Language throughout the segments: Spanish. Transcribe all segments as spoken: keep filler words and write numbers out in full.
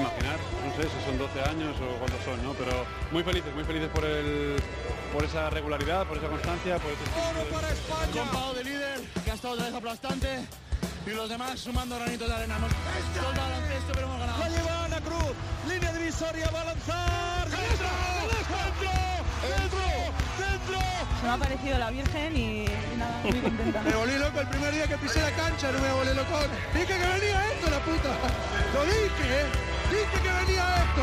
imaginar, no sé si son doce años o cuántos son, ¿no? Pero muy felices, muy felices por el, por esa regularidad, por esa constancia, por ese ¡Oro para España! Con Pau de líder, que ha estado otra vez aplastante, y los demás sumando granitos de arena. Hemos todo el baloncesto, pero hemos ganado. La lleva Ana Cruz, línea divisoria, va a lanzar. ¡Dentro! ¡Dentro! ¡Dentro! ¡Dentro! Se me ha parecido la Virgen y, y nada, muy contenta. Me volví loco el primer día que pisé la cancha, no me volví loco. Dije que venía esto, la puta. Lo dije, ¿eh? Dije que venía esto.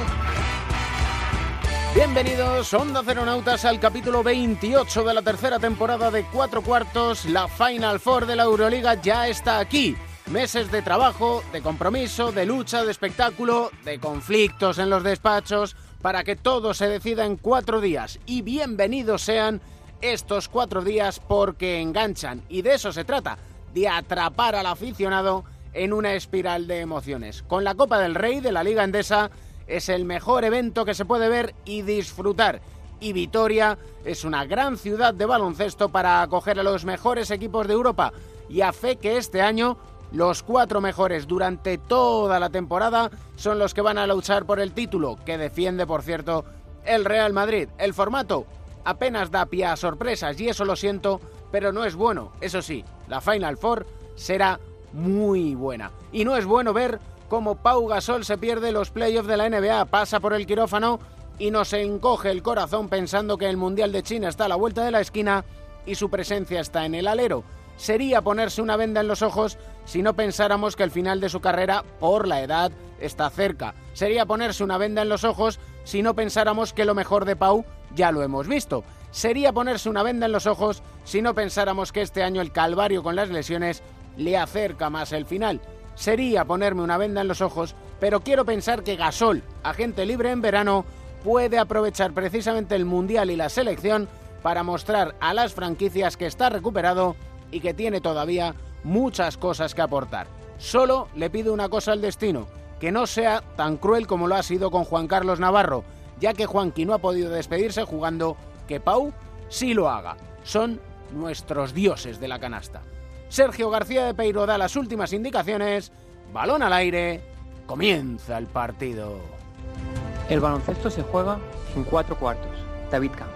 Bienvenidos, Onda Ceronautas, al capítulo veintiocho de la tercera temporada de Cuatro Cuartos. La Final Four de la Euroliga ya está aquí. Meses de trabajo, de compromiso, de lucha, de espectáculo, de conflictos en los despachos, para que todo se decida en cuatro días. Y bienvenidos sean estos cuatro días porque enganchan. Y de eso se trata, de atrapar al aficionado en una espiral de emociones. Con la Copa del Rey de la Liga Endesa es el mejor evento que se puede ver y disfrutar. Y Vitoria es una gran ciudad de baloncesto para acoger a los mejores equipos de Europa. Y a fe que este año los cuatro mejores durante toda la temporada son los que van a luchar por el título, que defiende, por cierto, el Real Madrid. El formato apenas da pie a sorpresas y eso lo siento, pero no es bueno. Eso sí, la Final Four será muy buena. Y no es bueno ver cómo Pau Gasol se pierde los playoffs de la N B A, pasa por el quirófano y nos encoge el corazón pensando que el Mundial de China está a la vuelta de la esquina y su presencia está en el alero. Sería ponerse una venda en los ojos si no pensáramos que el final de su carrera, por la edad, está cerca. Sería ponerse una venda en los ojos si no pensáramos que lo mejor de Pau ya lo hemos visto. Sería ponerse una venda en los ojos si no pensáramos que este año el calvario con las lesiones le acerca más el final. Sería ponerme una venda en los ojos, pero quiero pensar que Gasol, agente libre en verano, puede aprovechar precisamente el Mundial y la selección para mostrar a las franquicias que está recuperado y que tiene todavía muchas cosas que aportar. Solo le pido una cosa al destino, que no sea tan cruel como lo ha sido con Juan Carlos Navarro, ya que Juanqui no ha podido despedirse jugando, que Pau sí lo haga. Son nuestros dioses de la canasta. Sergio García de Peiro da las últimas indicaciones, balón al aire, comienza el partido. El baloncesto se juega en cuatro cuartos. David Camps.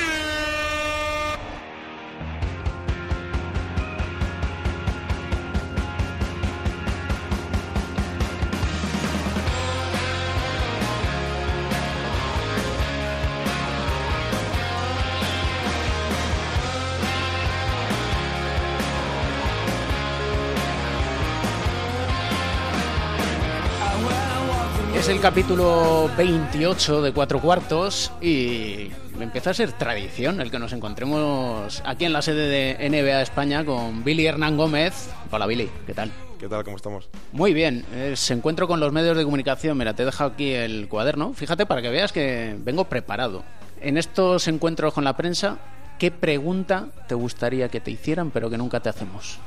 Es el capítulo veintiocho de Cuatro Cuartos y empieza a ser tradición el que nos encontremos aquí en la sede de N B A España con Billy Hernán Gómez. Hola Billy, ¿qué tal? ¿Qué tal? ¿Cómo estamos? Muy bien, se encuentro con los medios de comunicación. Mira, te he dejado aquí el cuaderno. Fíjate para que veas que vengo preparado. En estos encuentros con la prensa, ¿qué pregunta te gustaría que te hicieran pero que nunca te hacemos?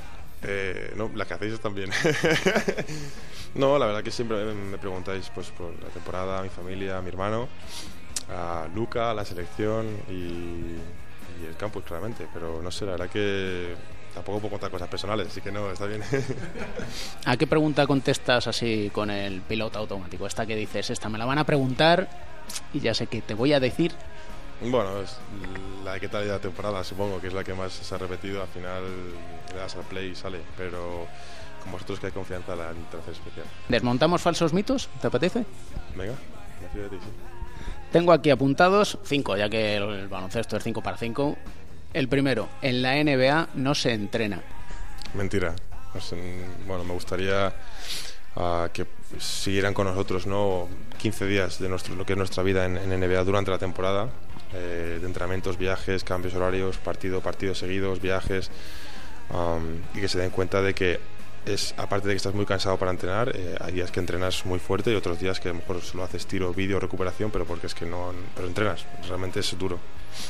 Eh, no, las que hacéis también. No, la verdad que siempre me preguntáis pues por la temporada, a mi familia, a mi hermano, a Luca, a la selección y, y el campus, claramente. Pero no sé, la verdad que tampoco puedo contar cosas personales, así que no, está bien. ¿A qué pregunta contestas así con el piloto automático? Esta que dices, esta me la van a preguntar y ya sé que te voy a decir. Bueno, es la de qué tal la temporada, supongo, que es la que más se ha repetido. Al final le das al play y sale, pero con vosotros que hay confianza la intento hacer especial. ¿Desmontamos falsos mitos? ¿Te apetece? Venga, me fío de ti, sí. Tengo aquí apuntados cinco, ya que el baloncesto es cinco para cinco. El primero, en la N B A no se entrena. Mentira. Pues, bueno, me gustaría uh, que siguieran con nosotros, ¿no? quince días de nuestro, lo que es nuestra vida en, en N B A durante la temporada, eh, de entrenamientos, viajes, cambios horarios, partido, partidos seguidos, viajes, um, y que se den cuenta de que es, aparte de que estás muy cansado para entrenar, eh, hay días que entrenas muy fuerte y otros días que a lo mejor solo haces tiro, vídeo, recuperación, pero porque es que no, pero entrenas, realmente es duro.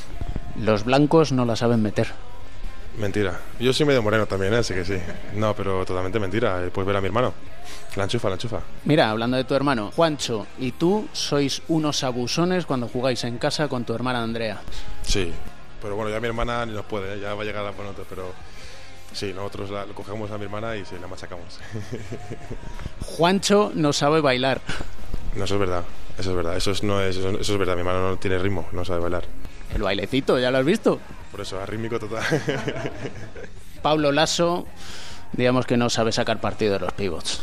Los blancos no la saben meter. Mentira. Yo soy medio moreno también, ¿eh? Así que sí. No, pero totalmente mentira. Puedes ver a mi hermano. La enchufa, la enchufa. Mira, hablando de tu hermano, Juancho y tú sois unos abusones cuando jugáis en casa con tu hermana Andrea. Sí, pero bueno, ya mi hermana ni nos puede, ¿eh? Ya va a llegar a por nosotros, pero sí, nosotros la, lo cogemos a mi hermana y sí, la machacamos. Juancho no sabe bailar. No, eso es verdad, eso es verdad, eso es, no es, eso, eso es verdad, mi hermano no tiene ritmo, no sabe bailar. El bailecito, ¿ya lo has visto? Por eso, arrítmico total. Pablo Laso, digamos que no sabe sacar partido de los pivots.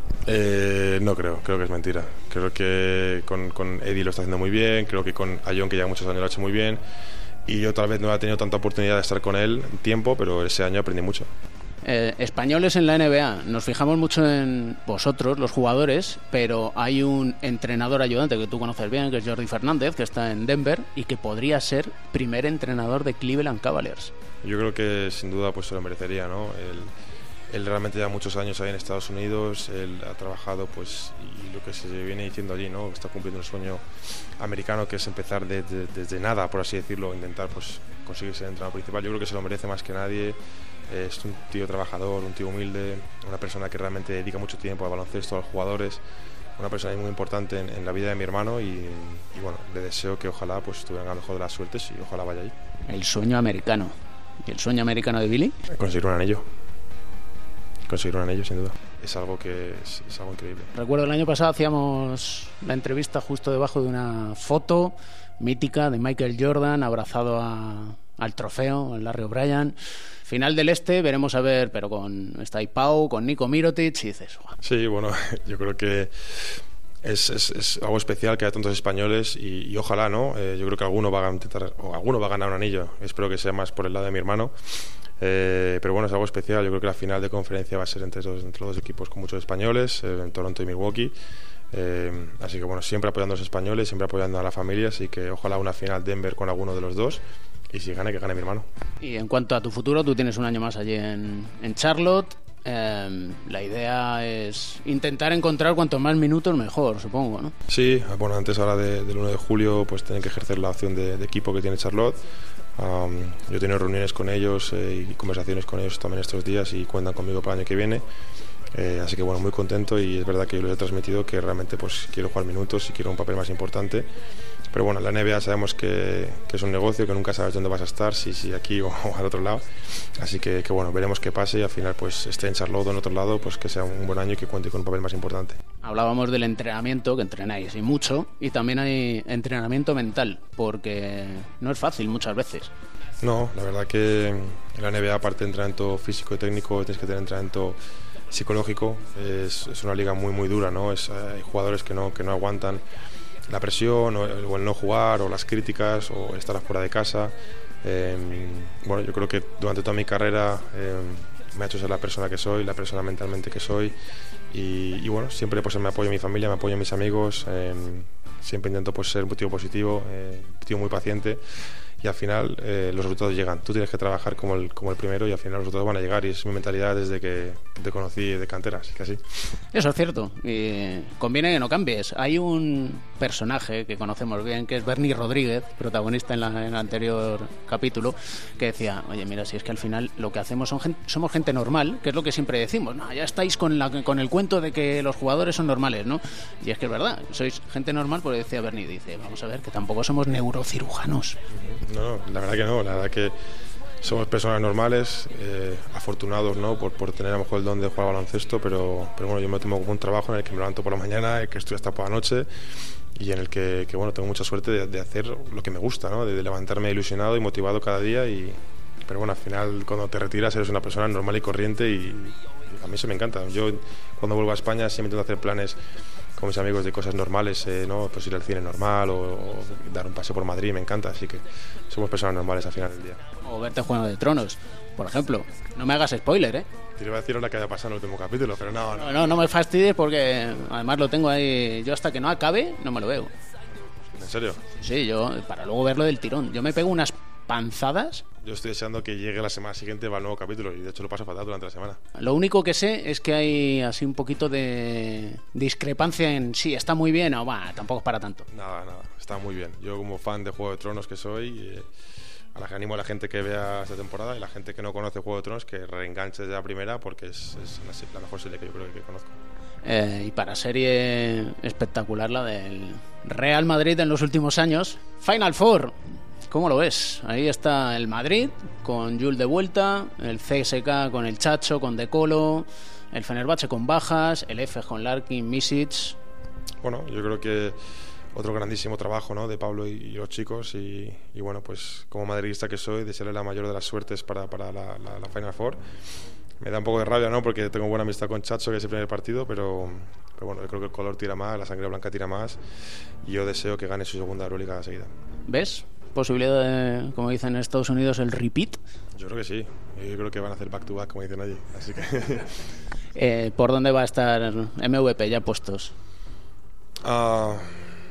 Eh, no creo, creo que es mentira. Creo que con, con Eddie lo está haciendo muy bien, creo que con Ayón, que lleva muchos años, lo ha hecho muy bien, y yo tal vez no he tenido tanta oportunidad de estar con él en tiempo, pero ese año aprendí mucho. Eh, españoles en la N B A, nos fijamos mucho en vosotros, los jugadores, pero hay un entrenador ayudante que tú conoces bien, que es Jordi Fernández, que está en Denver y que podría ser primer entrenador de Cleveland Cavaliers. Yo creo que sin duda pues se lo merecería, ¿no? Él, él realmente lleva muchos años ahí en Estados Unidos, él ha trabajado pues y lo que se viene diciendo allí, ¿no? Está cumpliendo el sueño americano, que es empezar de, de, desde nada, por así decirlo, intentar pues conseguir ser entrenador principal. Yo creo que se lo merece más que nadie. Es un tío trabajador, un tío humilde, una persona que realmente dedica mucho tiempo al baloncesto, a los jugadores, una persona muy importante en, en la vida de mi hermano y, y bueno, le deseo que ojalá pues tuviera la mejor de las suertes y ojalá vaya ahí. El sueño americano. ¿Y el sueño americano de Billy? Conseguir un anillo. Conseguir un anillo, sin duda. Es algo que es, es algo increíble. Recuerdo el año pasado hacíamos la entrevista justo debajo de una foto mítica de Michael Jordan abrazado a, al trofeo, el Larry O'Brien. Final del este, veremos a ver, pero con está ahí Pau, con Nico Mirotic, y dices... Wow. Sí, bueno, yo creo que es, es, es algo especial que haya tantos españoles y, y ojalá, ¿no? Eh, yo creo que alguno va a intentar, o alguno va a ganar un anillo. Espero que sea más por el lado de mi hermano. Eh, pero bueno, es algo especial. Yo creo que la final de conferencia va a ser entre dos, entre los dos equipos con muchos españoles, eh, en Toronto y Milwaukee. Eh, así que bueno, siempre apoyando a los españoles, siempre apoyando a la familia, así que ojalá una final Denver con alguno de los dos. Y si gane, que gane mi hermano. Y en cuanto a tu futuro, tú tienes un año más allí en, en Charlotte. Eh, la idea es intentar encontrar cuantos más minutos mejor, supongo, ¿no? Sí, bueno, antes ahora de, del uno de julio pues tienen que ejercer la opción de, de equipo que tiene Charlotte. Um, yo he tenido reuniones con ellos eh, y conversaciones con ellos también estos días y cuentan conmigo para el año que viene. Eh, así que bueno, muy contento y es verdad que yo les he transmitido que realmente pues quiero jugar minutos y quiero un papel más importante. Pero bueno, la N B A sabemos que, que es un negocio, que nunca sabes dónde vas a estar, si, si aquí o, o al otro lado. Así que, que bueno, veremos qué pase y al final pues esté en Charlotte o en otro lado, pues que sea un buen año y que cuente con un papel más importante. Hablábamos del entrenamiento, que entrenáis y mucho, y también hay entrenamiento mental, porque no es fácil muchas veces. No, la verdad que en la N B A, aparte de entrenamiento físico y técnico, tienes que tener entrenamiento psicológico. Es, es una liga muy muy dura, ¿no? Es, hay jugadores que no, que no aguantan la presión o el, o el no jugar o las críticas o el estar afuera de casa. Eh, bueno, yo creo que durante toda mi carrera eh, me ha hecho ser la persona que soy, la persona mentalmente que soy y, y bueno, siempre pues me apoyo a mi familia, me apoyo a mis amigos, eh, siempre intento pues ser un tío positivo, eh, un tío muy paciente. Y al final eh, los resultados llegan. Tú tienes que trabajar como el, como el primero y al final los resultados van a llegar. Y es mi mentalidad desde que te conocí de cantera, así que así. Eso es cierto. Y conviene que no cambies. Hay un personaje que conocemos bien, que es Bernie Rodríguez, protagonista en, la, en el anterior capítulo, que decía, oye, mira, si es que al final lo que hacemos son gente, somos gente normal, que es lo que siempre decimos. No, ya estáis con, la, con el cuento de que los jugadores son normales, ¿no? Y es que es verdad, sois gente normal, porque decía Bernie, dice, vamos a ver, que tampoco somos neurocirujanos. No, la verdad que no, la verdad que somos personas normales, eh, afortunados, ¿no? por, por tener a lo mejor el don de jugar baloncesto, pero, pero bueno, yo me tomo como un trabajo en el que me levanto por la mañana, en el que estoy hasta por la noche y en el que, que bueno, tengo mucha suerte de, de hacer lo que me gusta, ¿no? de, de levantarme ilusionado y motivado cada día y, pero bueno, al final cuando te retiras eres una persona normal y corriente y, y a mí eso me encanta. Yo cuando vuelvo a España siempre intento hacer planes con mis amigos de cosas normales, eh, ¿no? Pues ir al cine normal o, o dar un paseo por Madrid, me encanta, así que somos personas normales al final del día. O verte Juego de Tronos, por ejemplo. No me hagas spoiler, ¿eh? Te iba a decir ahora que haya pasado en el último capítulo, pero no, no. No, no, no me fastidies porque además lo tengo ahí, yo hasta que no acabe no me lo veo. ¿En serio? Sí, yo, para luego verlo del tirón. Yo me pego unas panzadas. Yo estoy deseando que llegue la semana siguiente para el nuevo capítulo y de hecho lo paso fatal durante la semana. Lo único que sé es que hay así un poquito de discrepancia en sí, está muy bien o bah, tampoco es para tanto. Nada, nada, está muy bien. Yo como fan de Juego de Tronos que soy, eh, a la que animo a la gente que vea esta temporada y la gente que no conoce Juego de Tronos que reenganche desde la primera porque es, es la, la mejor serie que yo creo que conozco. Eh, y para serie espectacular la del Real Madrid en los últimos años, Final Four. ¿Cómo lo ves? Ahí está el Madrid con Jules de vuelta, el C S K con el Chacho, con De Colo, el Fenerbahce con bajas, el F con Larkin, Misic. bueno, yo creo que otro grandísimo trabajo, ¿no?, de Pablo y, y los chicos y, y bueno, pues como madridista que soy, desearle la mayor de las suertes para, para la, la, la Final Four. Me da un poco de rabia, ¿no?, porque tengo buena amistad con Chacho, que es el primer partido, pero, pero bueno, yo creo que el color tira más, la sangre blanca tira más y yo deseo que gane su segunda Euroliga seguida. ¿Ves posibilidad de, como dicen en Estados Unidos, el repeat? Yo creo que sí, yo creo que van a hacer back to back, como dicen allí, así que... eh, ¿Por dónde va a estar M V P ya puestos? Ah... Uh...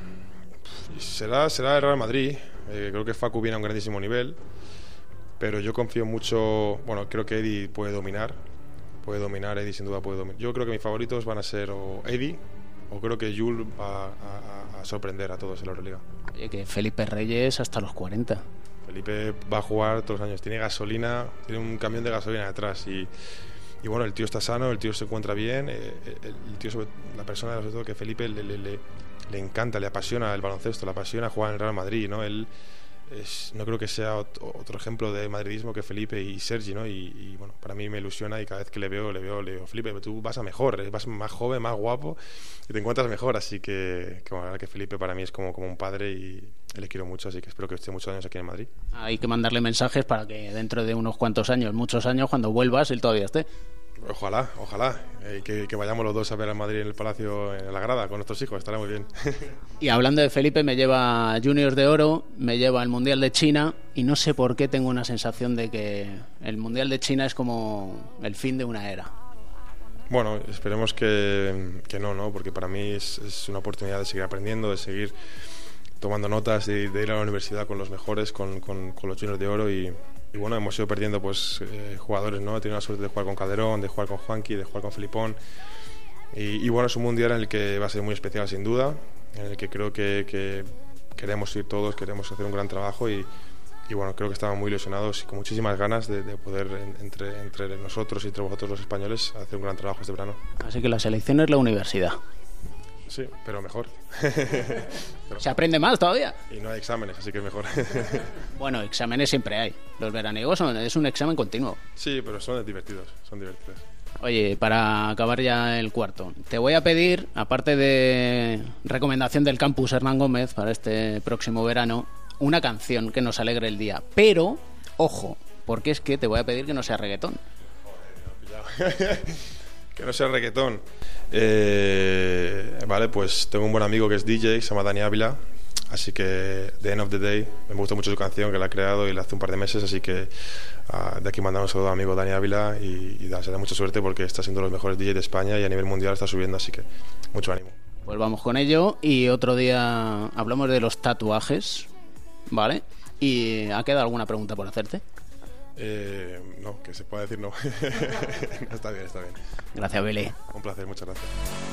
Será, será el Real Madrid. Eh, creo que Facu viene a un grandísimo nivel, pero yo confío mucho. Bueno, creo que Eddie puede dominar. Puede dominar, Eddie sin duda puede dominar. Yo creo que mis favoritos van a ser o Eddie o creo que Jules va a, a, a sorprender a todos en la Euroliga. Oye, que Felipe Reyes hasta los cuarenta. Felipe va a jugar todos los años. Tiene gasolina, tiene un camión de gasolina detrás y. Y bueno, el tío está sano, el tío se encuentra bien, eh, el, el tío, sobre, la persona sobre todo que Felipe le, le, le, le encanta, le apasiona el baloncesto, le apasiona jugar en el Real Madrid, ¿no? Él es, no creo que sea otro ejemplo de madridismo que Felipe y Sergi, ¿no? Y, y bueno, para mí me ilusiona y cada vez que le veo, le veo, le digo, Felipe, tú vas a mejor, vas más joven, más guapo y te encuentras mejor, así que, que bueno, que Felipe para mí es como, como un padre y le quiero mucho, así que espero que esté muchos años aquí en Madrid. Hay que mandarle mensajes para que dentro de unos cuantos años, muchos años, cuando vuelvas, él todavía esté. Ojalá, ojalá, eh, que, que vayamos los dos a ver al Madrid en el Palacio, en la grada, con nuestros hijos, estará muy bien. Y hablando de Felipe, me lleva Juniors de Oro, me lleva al Mundial de China y no sé por qué tengo una sensación de que el Mundial de China es como el fin de una era. Bueno, esperemos que, que no, ¿no? Porque para mí es, es una oportunidad de seguir aprendiendo, de seguir tomando notas, de, de ir a la universidad con los mejores, con, con, con los Juniors de Oro y... Y bueno, hemos ido perdiendo pues eh, jugadores, ¿no? He tenido la suerte de jugar con Calderón, de jugar con Juanqui, de jugar con Felipón. Y, y bueno, es un mundial en el que va a ser muy especial sin duda, en el que creo que, que queremos ir todos, queremos hacer un gran trabajo y, y bueno, creo que estamos muy ilusionados y con muchísimas ganas de, de poder en, entre, entre nosotros y entre vosotros los españoles hacer un gran trabajo este verano. Así que la selección es la universidad. Sí, pero mejor. Pero se aprende más todavía. Y no hay exámenes, así que es mejor. Bueno, exámenes siempre hay. Los veraniegos son, es un examen continuo. Sí, pero son divertidos, son divertidos. Oye, para acabar ya el cuarto, te voy a pedir, aparte de recomendación del campus Hernán Gómez para este próximo verano, una canción que nos alegre el día. Pero, ojo, porque es que te voy a pedir que no sea reggaetón. Joder, que no sea reggaetón. Eh, vale, pues tengo un buen amigo que es D J, se llama Dani Ávila, así que The End of the Day, me gusta mucho su canción, que la ha creado y la hace un par de meses, así que uh, de aquí mandamos un saludo a amigo Dani Ávila y, y da, se da mucha suerte porque está siendo los mejores D Js de España y a nivel mundial está subiendo, así que mucho ánimo. Pues vamos con ello y otro día hablamos de los tatuajes, ¿vale? ¿Y ha quedado alguna pregunta por hacerte? Eh, no, que se pueda decir no. Está bien, está bien. Gracias, Billy. Un placer, muchas gracias.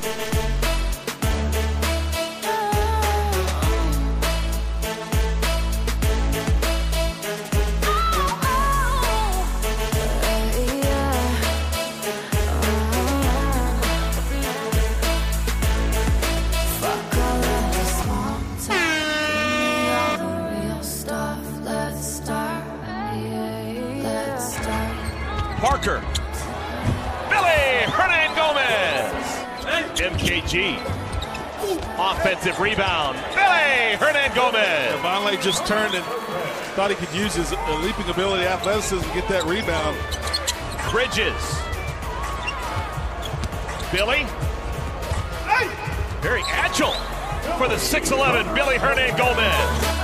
Parker. Billy Hernangomez. M K G. Offensive rebound. Billy Hernangomez. Vonleh just turned and thought he could use his leaping ability, athleticism to get that rebound. Bridges. Billy. Very agile for the six eleven Billy Hernangomez.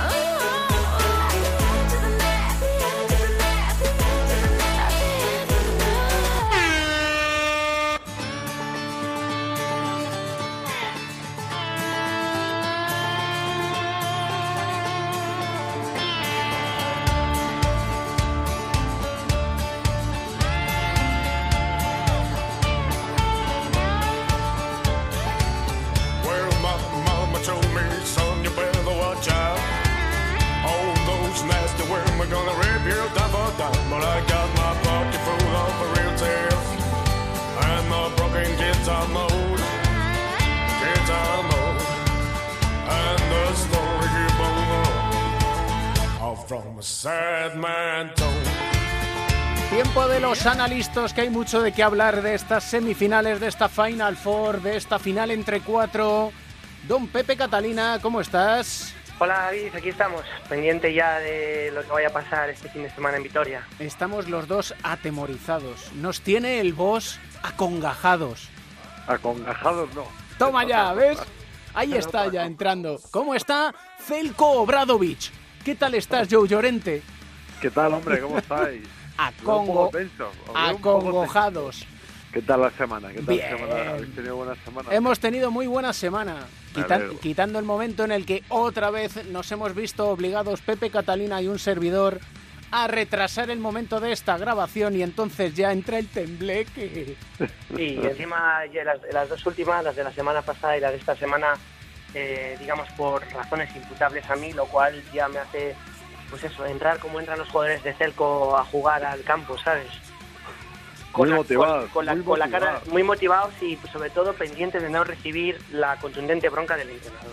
Tiempo de los analistas, que hay mucho de qué hablar de estas semifinales, de esta Final Four, de esta final entre cuatro. Don Pepe Catalina, ¿cómo estás? Hola David, aquí estamos, pendiente ya de lo que vaya a pasar este fin de semana en Vitoria. Estamos los dos atemorizados. Nos tiene el boss acongajados. Acongajados no. Toma ya, ¿ves? Ahí está ya entrando. ¿Cómo está Zeljko Obradović? ¿Qué tal estás, Joe Llorente? ¿Qué tal, hombre? ¿Cómo estáis? Acongo... Acongojados. ¿Qué tal la semana? ¿Qué tal Bien. la semana? ¿Habéis tenido buena semana? Hemos tenido muy buena semana, Quitan, quitando el momento en el que otra vez nos hemos visto obligados Pepe Catalina y un servidor a retrasar el momento de esta grabación y entonces ya entra el tembleque. Sí, y encima ya las, las dos últimas, las de la semana pasada y las de esta semana, eh, digamos por razones imputables a mí, lo cual ya me hace, pues eso, entrar como entran los jugadores de Zeljko a jugar al campo, ¿sabes? Muy motivados, con, con, la, muy con motivados. la cara muy motivados y pues, sobre todo pendientes de no recibir la contundente bronca del entrenador.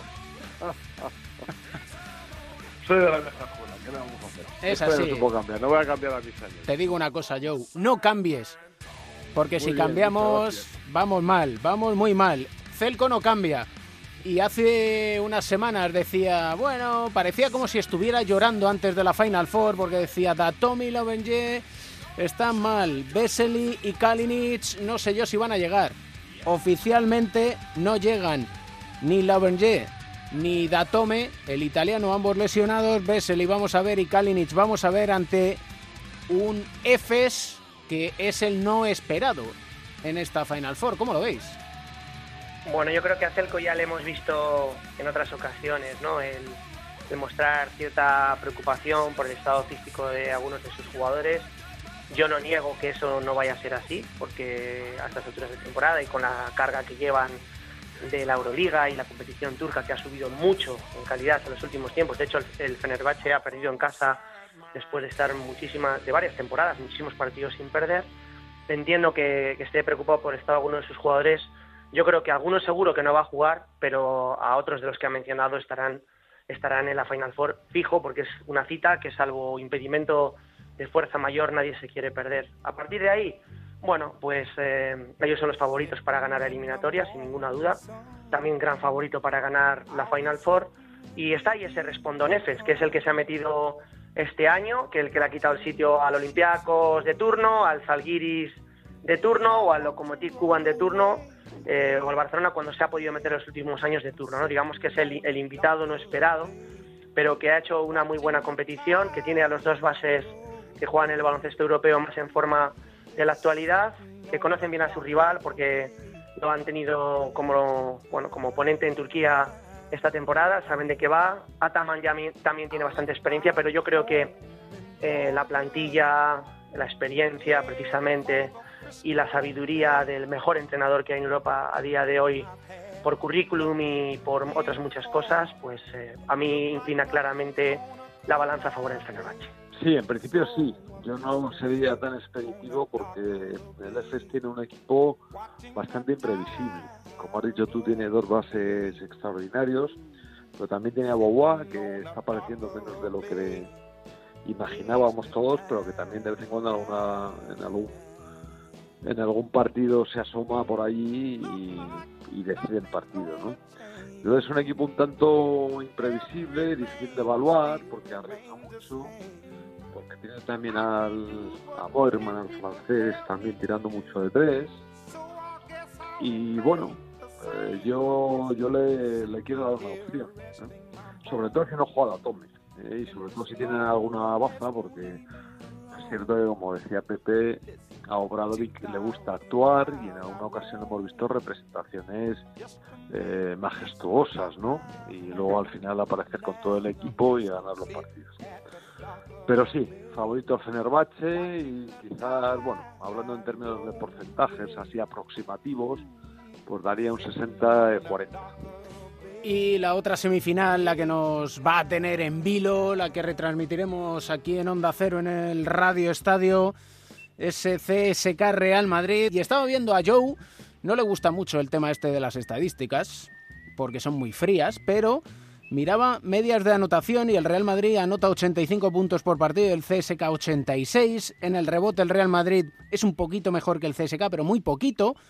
Soy de la vieja escuela, ¿qué le vamos a hacer? Es Esto así. No, puedo cambiar, no voy a cambiar a mis años. Te digo una cosa, Joe, no cambies, porque Muy si bien, cambiamos vamos mal, vamos muy mal. Zeljko no cambia. Y hace unas semanas decía, bueno, parecía como si estuviera llorando antes de la Final Four, porque decía, Datome y Lovrenje están mal, Vesely y Kalinic no sé yo si van a llegar. Oficialmente no llegan ni Lovrenje ni Datome, el italiano, ambos lesionados. Vesely vamos a ver y Kalinic vamos a ver ante un Efes que es el no esperado en esta Final Four. ¿Cómo lo veis? Bueno, yo creo que a Zeljko ya le hemos visto en otras ocasiones, ¿no? El, el mostrar cierta preocupación por el estado físico de algunos de sus jugadores. Yo no niego que eso no vaya a ser así, porque a estas alturas de temporada y con la carga que llevan de la Euroliga y la competición turca, que ha subido mucho en calidad en los últimos tiempos. De hecho, el, el Fenerbahce ha perdido en casa después de estar muchísimas, de varias temporadas, muchísimos partidos sin perder. Entiendo que, que esté preocupado por el estado de algunos de sus jugadores. Yo creo que algunos seguro que no va a jugar, pero a otros de los que ha mencionado estarán, estarán en la Final Four fijo, porque es una cita que, salvo impedimento de fuerza mayor, nadie se quiere perder. A partir de ahí, bueno, pues eh, ellos son los favoritos para ganar la eliminatoria, sin ninguna duda. También gran favorito para ganar la Final Four. Y está ahí ese respondón Efes, que es el que se ha metido este año, que el que le ha quitado el sitio al Olympiacos de turno, al Zalgiris de turno o al Lokomotiv Kuban de turno, eh, o al Barcelona cuando se ha podido meter en los últimos años de turno, ¿no? Digamos que es el, el invitado no esperado, pero que ha hecho una muy buena competición, que tiene a los dos bases que juegan el baloncesto europeo más en forma de la actualidad, que conocen bien a su rival porque lo han tenido como, bueno, como oponente en Turquía esta temporada, saben de qué va. Ataman ya mi, también tiene bastante experiencia, pero yo creo que eh, la plantilla, la experiencia precisamente y la sabiduría del mejor entrenador que hay en Europa a día de hoy, por currículum y por otras muchas cosas, pues eh, a mí inclina claramente la balanza a favor del Fenerbahce. Sí, en principio sí. Yo no sería tan expeditivo porque el Efes tiene un equipo bastante imprevisible. Como has dicho tú, tiene dos bases extraordinarios, pero también tiene a Bobois, que está pareciendo menos de lo que imaginábamos todos, pero que también de vez en cuando alguna, en algún en algún partido se asoma por allí y, y decide el partido, ¿no? Entonces es un equipo un tanto imprevisible, difícil de evaluar, porque arriesga mucho, porque tiene también al, a Boerman, al francés, también tirando mucho de tres. Y bueno, eh, yo yo le, le quiero dar una opción, ¿eh? Sobre todo si no juega a Datome, ¿eh? Y sobre todo si tienen alguna baza, porque es cierto que, como decía Pepe, a Obradović le gusta actuar y en alguna ocasión hemos visto representaciones eh, majestuosas, ¿no? Y luego al final aparecer con todo el equipo y ganar los partidos. Pero sí, favorito al Fenerbahce y quizás, bueno, hablando en términos de porcentajes así aproximativos, pues daría un sesenta cuarenta. Y la otra semifinal, la que nos va a tener en vilo, la que retransmitiremos aquí en Onda Cero en el Radio Estadio, es C S K Real Madrid. Y estaba viendo a Joe, no le gusta mucho el tema este de las estadísticas, porque son muy frías, pero miraba medias de anotación y el Real Madrid anota ochenta y cinco puntos por partido, el C S K ochenta y seis. En el rebote el Real Madrid es un poquito mejor que el C S K, pero muy poquito.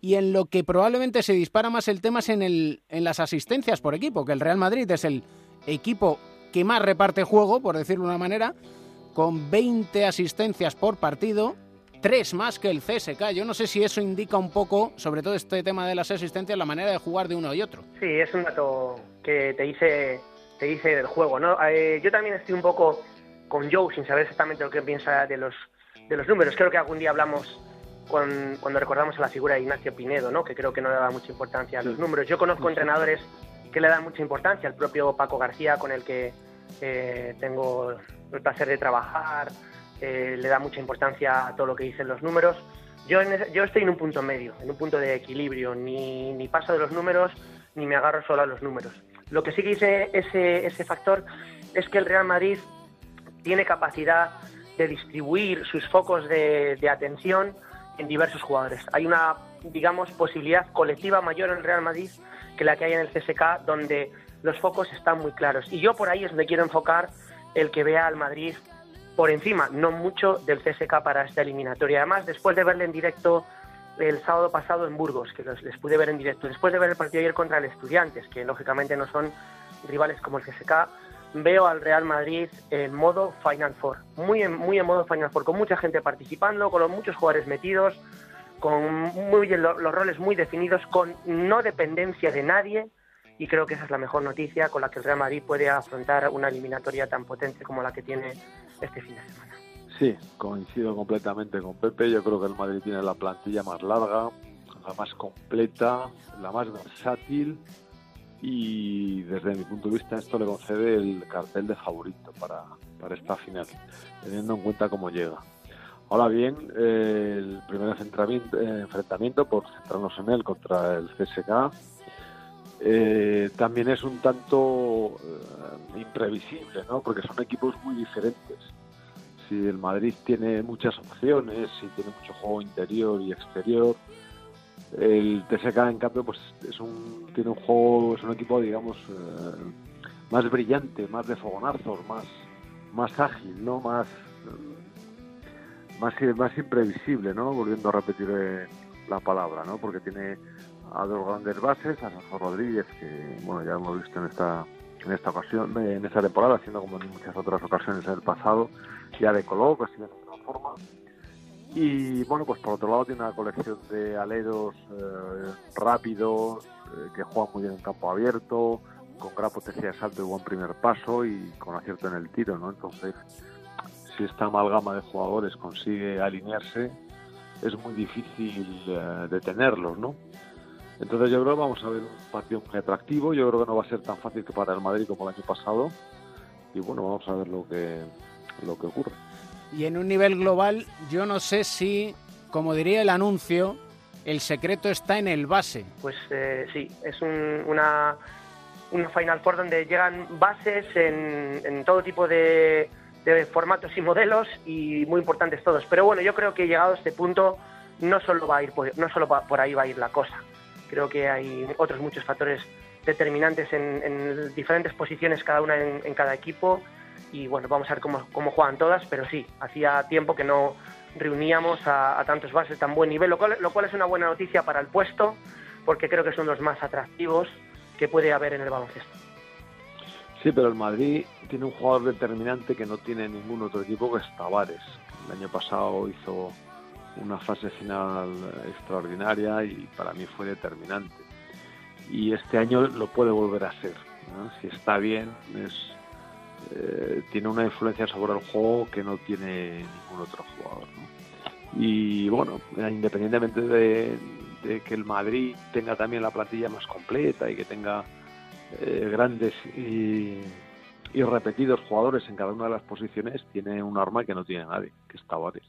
y en lo que probablemente se dispara más el tema es en, el, en las asistencias por equipo, que el Real Madrid es el equipo que más reparte juego, por decirlo de una manera, con veinte asistencias por partido, tres más que el C S K. Yo no sé si eso indica un poco, sobre todo este tema de las asistencias, la manera de jugar de uno y otro. Sí, es un dato que te dice, te dice del juego, ¿no? Eh, yo también estoy un poco con Joe, sin saber exactamente lo que piensa de los, de los números. Creo que algún día hablamos con, cuando recordamos a la figura de Ignacio Pinedo, ¿no? Que creo que no le da mucha importancia a los números. Yo conozco entrenadores que le dan mucha importancia, el propio Paco García, con el que eh, tengo el placer de trabajar, eh, le da mucha importancia a todo lo que dicen los números. Yo, en ese, yo estoy en un punto medio, en un punto de equilibrio, ni, ni paso de los números, ni me agarro solo a los números. Lo que sí que dice ese, ese factor es que el Real Madrid tiene capacidad de distribuir sus focos de, de atención en diversos jugadores. Hay una, digamos, posibilidad colectiva mayor en el Real Madrid que la que hay en el C S K, donde los focos están muy claros. Y yo por ahí es donde quiero enfocar el que vea al Madrid por encima, no mucho, del C S K para esta eliminatoria. Además, después de verle en directo el sábado pasado en Burgos, que los, les pude ver en directo, después de ver el partido ayer contra el Estudiantes, que lógicamente no son rivales como el C S K, veo al Real Madrid en modo Final Four, muy en, muy en modo Final Four, con mucha gente participando, con los muchos jugadores metidos, con muy bien lo, los roles muy definidos, con no dependencia de nadie, y creo que esa es la mejor noticia con la que el Real Madrid puede afrontar una eliminatoria tan potente como la que tiene este fin de semana. Sí, coincido completamente con Pepe. Yo creo que el Madrid tiene la plantilla más larga, la más completa, la más versátil, y desde mi punto de vista esto le concede el cartel de favorito para, para esta final, teniendo en cuenta cómo llega. Ahora bien, eh, el primer enfrentamiento, eh, enfrentamiento, por centrarnos en él, contra el C S K, eh, también es un tanto eh, imprevisible, ¿no? Porque son equipos muy diferentes. Si el Madrid tiene muchas opciones, si tiene mucho juego interior y exterior, el T S K en cambio pues es un tiene un juego, es un equipo, digamos, eh, más brillante, más de fogonazos, más más ágil, ¿no? Más más más imprevisible, ¿no? Volviendo a repetir eh, la palabra, ¿no? Porque tiene a dos grandes bases, a Rafa Rodríguez, que bueno, ya hemos visto en esta en esta ocasión, en esta temporada, haciendo como en muchas otras ocasiones en el pasado, ya de color, que sigue de otra forma. Y bueno, pues por otro lado tiene una colección de aleros eh, rápidos, eh, que juegan muy bien en campo abierto, con gran potencia de salto y buen primer paso y con acierto en el tiro, ¿no? Entonces, si esta amalgama de jugadores consigue alinearse, es muy difícil eh, detenerlos, ¿no? Entonces yo creo que vamos a ver un partido muy atractivo. Yo creo que no va a ser tan fácil que para el Madrid como el año pasado. Y bueno, vamos a ver lo que, lo que ocurre. Y en un nivel global, yo no sé si, como diría el anuncio, el secreto está en el base. Pues eh, sí, es un, una, una Final Four donde llegan bases en, en todo tipo de, de formatos y modelos, y muy importantes todos. Pero bueno, yo creo que llegado a este punto no solo va a ir por, no solo por ahí va a ir la cosa. Creo que hay otros muchos factores determinantes en, en diferentes posiciones, cada una en, en cada equipo. Y bueno, vamos a ver cómo, cómo juegan todas, pero sí, hacía tiempo que no reuníamos a, a tantos bases de tan buen nivel, lo cual, lo cual es una buena noticia para el puesto, porque creo que son los más atractivos que puede haber en el baloncesto. Sí, pero el Madrid tiene un jugador determinante que no tiene ningún otro equipo, que es Tavares. El año pasado hizo una fase final extraordinaria y para mí fue determinante. Y este año lo puede volver a ser, ¿no? Si está bien, es... Eh, tiene una influencia sobre el juego que no tiene ningún otro jugador, ¿no? Y bueno, independientemente de, de que el Madrid tenga también la plantilla más completa y que tenga eh, grandes y, y repetidos jugadores en cada una de las posiciones, tiene un arma que no tiene nadie, que es Tavares,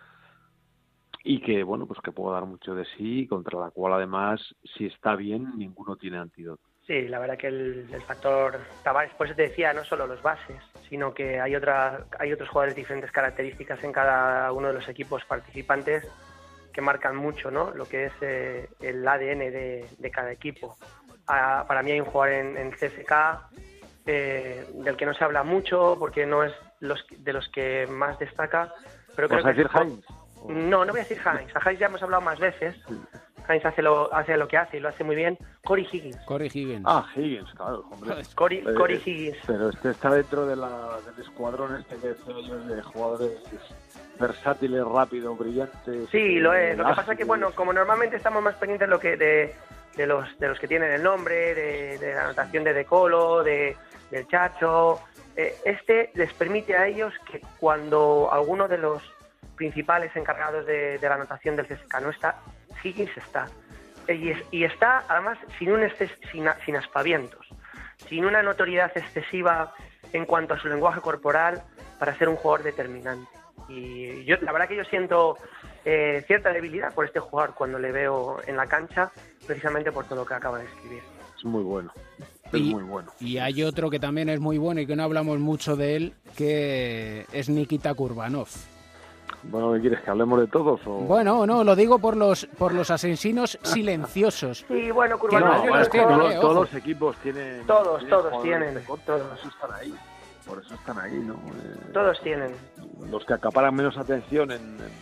y que bueno, pues que puede dar mucho de sí, contra la cual además, si está bien, ninguno tiene antídoto. Sí, la verdad que el, el factor Tavares, pues te decía, no solo los bases, sino que hay otra, hay otros jugadores de diferentes características en cada uno de los equipos participantes que marcan mucho, ¿no? Lo que es eh, el A D N de, de cada equipo. Ah, para mí hay un jugador en, en C S K eh, del que no se habla mucho porque no es los, de los que más destaca. Pero ¿Vas creo a decir que Heinz? No, no voy a decir Heinz. A Heinz ya hemos hablado más veces. Hines hace lo, hace lo que hace y lo hace muy bien. Corey Higgins. Corey Higgins. Ah, Higgins, claro, hombre. Corey, Eh, Corey Higgins. Pero este está dentro de la, del escuadrón este que decía yo, de jugadores versátiles, rápidos, brillantes. Sí, lo es. eh, Lo que pasa es que, bueno, como normalmente estamos más pendientes de lo que de, de los de los que tienen el nombre, de, de la anotación de De Colo, de, del Chacho, eh, este les permite a ellos que cuando alguno de los principales encargados de, de la anotación del C S K no está, Higgins está. Y, es, y está, además, sin, un exces, sin, sin aspavientos, sin una notoriedad excesiva en cuanto a su lenguaje corporal para ser un jugador determinante. Y yo, la verdad que yo siento eh, cierta debilidad por este jugador cuando le veo en la cancha, precisamente por todo lo que acaba de escribir. Es muy bueno. Es y, muy bueno. Y hay otro que también es muy bueno y que no hablamos mucho de él, que es Nikita Kurbanov. Bueno, ¿qué quieres? ¿Que hablemos de todos? O... Bueno, no, lo digo por los por los asesinos silenciosos. Sí, bueno, No, Kurbanov... no, los es que tiene, todos, eh, todos ojo. los equipos tienen... Todos, tienen todos jugadores tienen, de corte, todos. Por eso están ahí. Por eso están ahí, ¿no? Eh, Todos tienen. Los que acaparan menos atención en, en,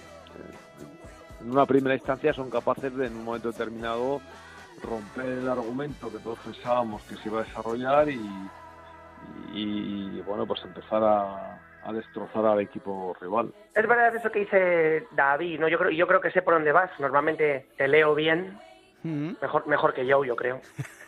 en una primera instancia son capaces de, en un momento determinado, romper el argumento que todos pensábamos que se iba a desarrollar y, y, y bueno, pues empezar a, a destrozar al equipo rival. Es verdad eso que dice David, ¿no? Yo creo, yo creo que sé por dónde vas. Normalmente te leo bien, Mm. mejor, mejor que yo, yo creo.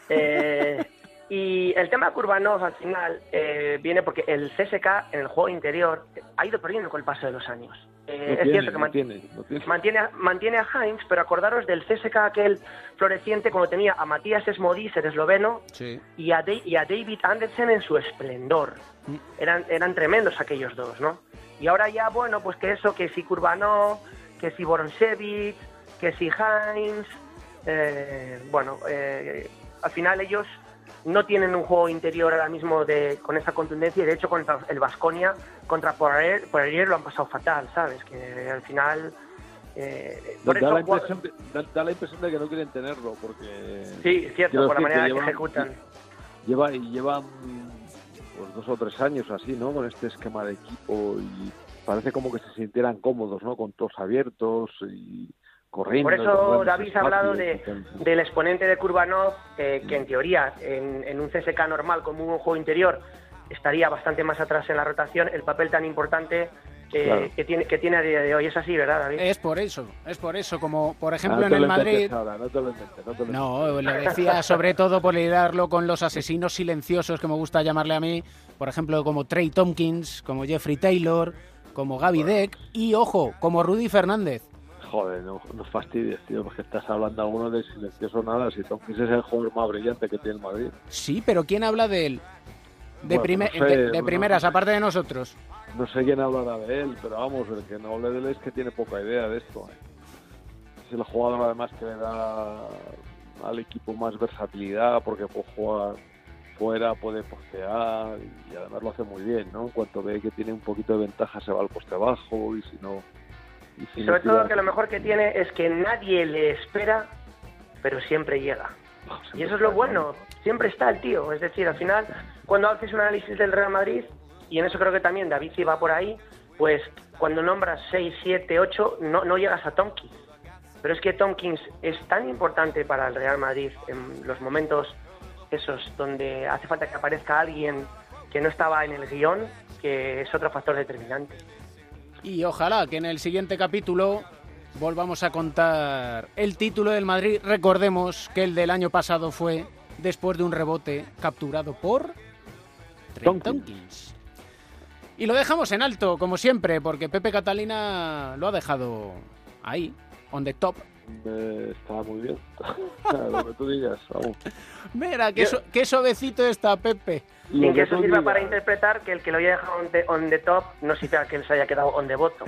Eh, y el tema de Kurbanov al final eh, viene porque el C S K en el juego interior ha ido perdiendo con el paso de los años. Eh, No es tiene, cierto que no man- tiene, no tiene. mantiene, a, mantiene a Hines, pero acordaros del C S K aquel floreciente cuando tenía a Matías Smodis, el esloveno, Sí. y a, De- y a David Andersen en su esplendor. Eran, eran tremendos aquellos dos, ¿no? Y ahora ya, bueno, pues que eso, que si Kurbanov, que si Boroncevic, que si Hines, eh, bueno, eh, al final ellos no tienen un juego interior ahora mismo de con esa contundencia y de hecho contra el Baskonia, contra Poirier, Poirier lo han pasado fatal, ¿sabes? Que al final... Eh, por Da, eso la juega- impresión, da, da la impresión de que no quieren tenerlo, porque... Sí, cierto, quiero por la decir manera que en que llevan- ejecutan. Lleva, y llevan pues, dos o tres años así, ¿no? Con este esquema de equipo y parece como que se sintieran cómodos, ¿no? Con todos abiertos y corriendo. Por y eso con David ha hablado de, espacios y tal. del exponente de Kurbanov, eh, que en teoría, en, en un C S K normal como un juego interior, estaría bastante más atrás en la rotación, el papel tan importante eh, Claro. que, tiene, que tiene a día de hoy. Es así, ¿verdad, David? Es por eso, es por eso, como por ejemplo Ah, no en te el lo Madrid... inventes ahora, no te lo inventes, no te lo No, inventes. lo decía sobre todo por lidarlo con los asesinos silenciosos que me gusta llamarle a mí, por ejemplo, como Trey Tompkins, como Jeffrey Taylor, como Gaby Deck y, ojo, como Rudy Fernández. Joder, no, no fastidies, tío, porque estás hablando a uno de silencioso nada. Si Tompkins es el jugador más brillante que tiene el Madrid. Sí, pero ¿quién habla de él? De, Bueno, prime- no sé, de, de no- primeras, aparte de nosotros. No sé quién hablará de él, pero vamos, el que no hable de él es que tiene poca idea de esto. ¿eh? Es el jugador además que le da al equipo más versatilidad porque puede jugar fuera, puede postear y además lo hace muy bien, ¿no? En cuanto ve que tiene un poquito de ventaja se va al poste bajo y si no... Y si Y no sobre tira- todo que lo mejor que tiene es que nadie le espera, pero siempre llega. Y eso es lo bueno, siempre está el tío. Es decir, al final, cuando haces un análisis del Real Madrid, y en eso creo que también David sí va por ahí, pues cuando nombras seis, siete, ocho, no, no llegas a Tompkins. Pero es que Tompkins es tan importante para el Real Madrid en los momentos esos donde hace falta que aparezca alguien que no estaba en el guión, que es otro factor determinante. Y ojalá que en el siguiente capítulo volvamos a contar el título del Madrid. Recordemos que el del año pasado fue después de un rebote capturado por Trey Tompkins. Tompkins. Y lo dejamos en alto, como siempre, porque Pepe Catalina lo ha dejado ahí, on the top. Eh, está muy bien. Lo que tú digas, vamos. Mira, qué, su- qué suavecito está Pepe. Sin Lo que que eso tú sirva digas. para interpretar que el que lo haya dejado on the, on the top no significa que él se haya quedado on the bottom.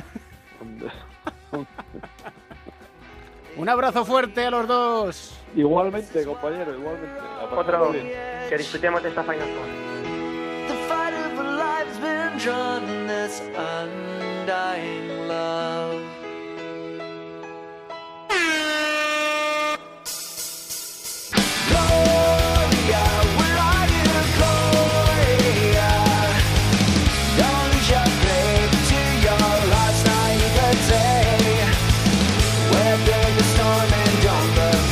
Un abrazo fuerte a los dos. Igualmente, compañero, igualmente. A pasarlo Otro, bien. que disfrutemos de esta Final Four. The fight of a life's been drawn in this undying love. Gloria, where are you, Gloria? Don't just break to your last night a day. Weather the storm and don't look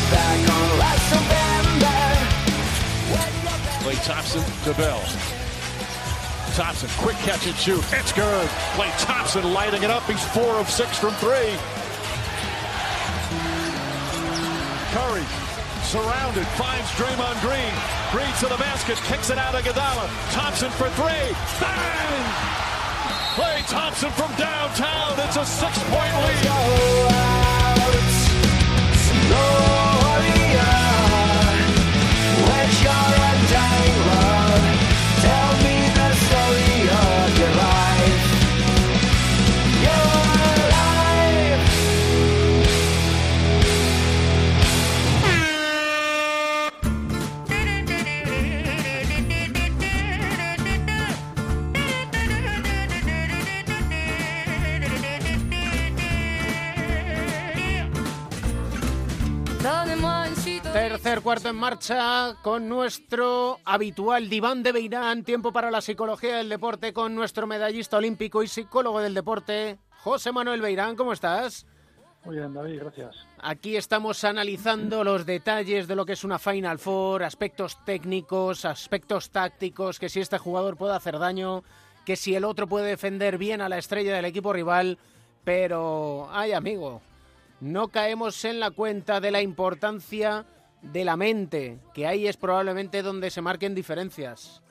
Klay Thompson to Bell. Thompson, quick catch and shoot. It's good. Klay Thompson lighting it up. He's four of six from three. Curry, surrounded, finds Draymond Green. Green to the basket, kicks it out of Iguodala. Thompson for three. Bang! Klay Thompson from downtown. It's a six-point lead. Tercer cuarto en marcha con nuestro habitual diván de Beirán, tiempo para la psicología del deporte con nuestro medallista olímpico y psicólogo del deporte, José Manuel Beirán. ¿Cómo estás? Muy bien, David, gracias. Aquí estamos analizando los detalles de lo que es una Final Four, aspectos técnicos, aspectos tácticos, que si este jugador puede hacer daño, que si el otro puede defender bien a la estrella del equipo rival, pero, ay amigo, no caemos en la cuenta de la importancia de la mente, que ahí es probablemente donde se marquen diferencias.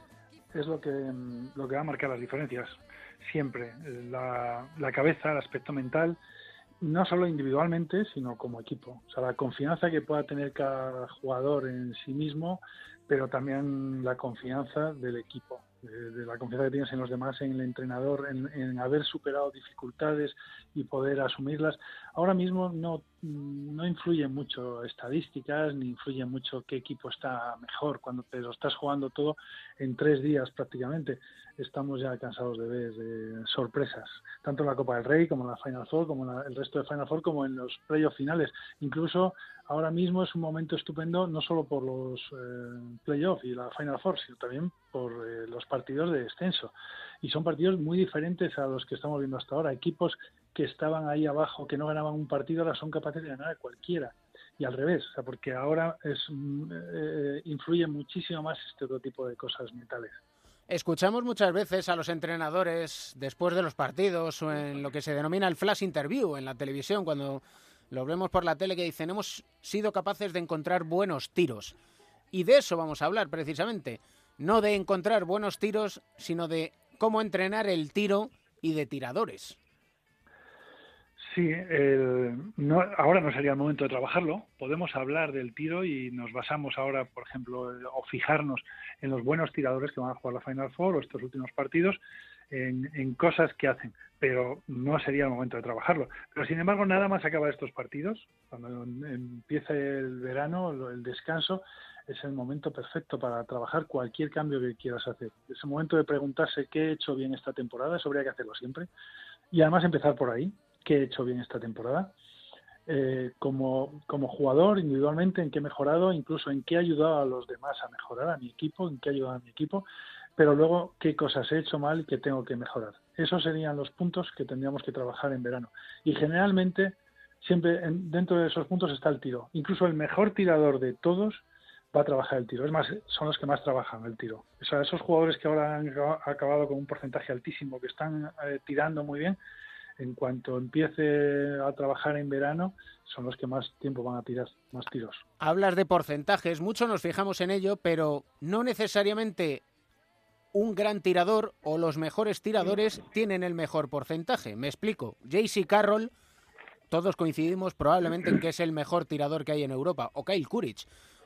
Es lo que, lo que va a marcar las diferencias, siempre. La, la cabeza, el aspecto mental, no solo individualmente, sino como equipo. O sea, la confianza que pueda tener cada jugador en sí mismo, pero también la confianza del equipo, de, de la confianza que tienes en los demás, en el entrenador, en, en haber superado dificultades y poder asumirlas. Ahora mismo no, no influyen mucho estadísticas, ni influye mucho qué equipo está mejor, cuando te lo estás jugando todo en tres días prácticamente. Estamos ya cansados de ver de sorpresas, tanto en la Copa del Rey como en la Final Four, como en la, el resto de Final Four, como en los playoffs finales. Incluso ahora mismo es un momento estupendo, no solo por los eh, playoffs y la Final Four, sino también por eh, los partidos de descenso. Y son partidos muy diferentes a los que estamos viendo hasta ahora. Equipos que estaban ahí abajo, que no ganaban un partido, ahora son capaces de ganar a cualquiera. Y al revés, o sea, porque ahora es eh, influye muchísimo más este otro tipo de cosas mentales. Escuchamos muchas veces a los entrenadores después de los partidos o en lo que se denomina el flash interview en la televisión, cuando lo vemos por la tele, que dicen hemos sido capaces de encontrar buenos tiros. Y de eso vamos a hablar precisamente, no de encontrar buenos tiros, sino de cómo entrenar el tiro y de tiradores. Sí, el, no, ahora no sería el momento de trabajarlo. Podemos hablar del tiro y nos basamos ahora, por ejemplo, o fijarnos en los buenos tiradores que van a jugar la Final Four o estos últimos partidos, en, en cosas que hacen, pero no sería el momento de trabajarlo. Pero sin embargo, nada más acaba estos partidos, cuando empiece el verano, el descanso, es el momento perfecto para trabajar cualquier cambio que quieras hacer. Es el momento de preguntarse qué he hecho bien esta temporada, eso habría que hacerlo siempre, y además empezar por ahí. ¿Qué he hecho bien esta temporada? Eh, como, como jugador, individualmente, en qué he mejorado, incluso en qué he ayudado a los demás a mejorar, a mi equipo, en qué he ayudado a mi equipo, pero luego qué cosas he hecho mal y qué tengo que mejorar. Esos serían los puntos que tendríamos que trabajar en verano. Y generalmente, siempre en, dentro de esos puntos está el tiro. Incluso el mejor tirador de todos va a trabajar el tiro. Es más, son los que más trabajan el tiro. O sea, esos jugadores que ahora han acabado con un porcentaje altísimo, que están eh, tirando muy bien, en cuanto empiece a trabajar en verano, son los que más tiempo van a tirar, más tiros. Hablas de porcentajes, mucho nos fijamos en ello, pero no necesariamente un gran tirador o los mejores tiradores tienen el mejor porcentaje. Me explico. J C Carroll, todos coincidimos probablemente en que es el mejor tirador que hay en Europa, o Kyle Kuric,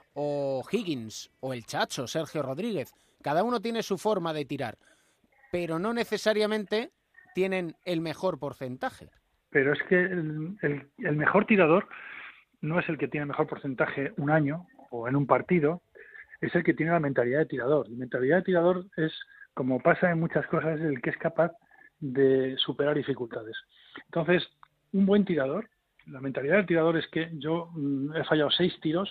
o Higgins, o el Chacho, Sergio Rodríguez. Cada uno tiene su forma de tirar, pero no necesariamente tienen el mejor porcentaje. Pero es que el, el, el mejor tirador no es el que tiene el mejor porcentaje un año o en un partido, es el que tiene la mentalidad de tirador. La mentalidad de tirador es, como pasa en muchas cosas, el que es capaz de superar dificultades. Entonces, un buen tirador, la mentalidad del tirador es que yo mm, he fallado seis tiros,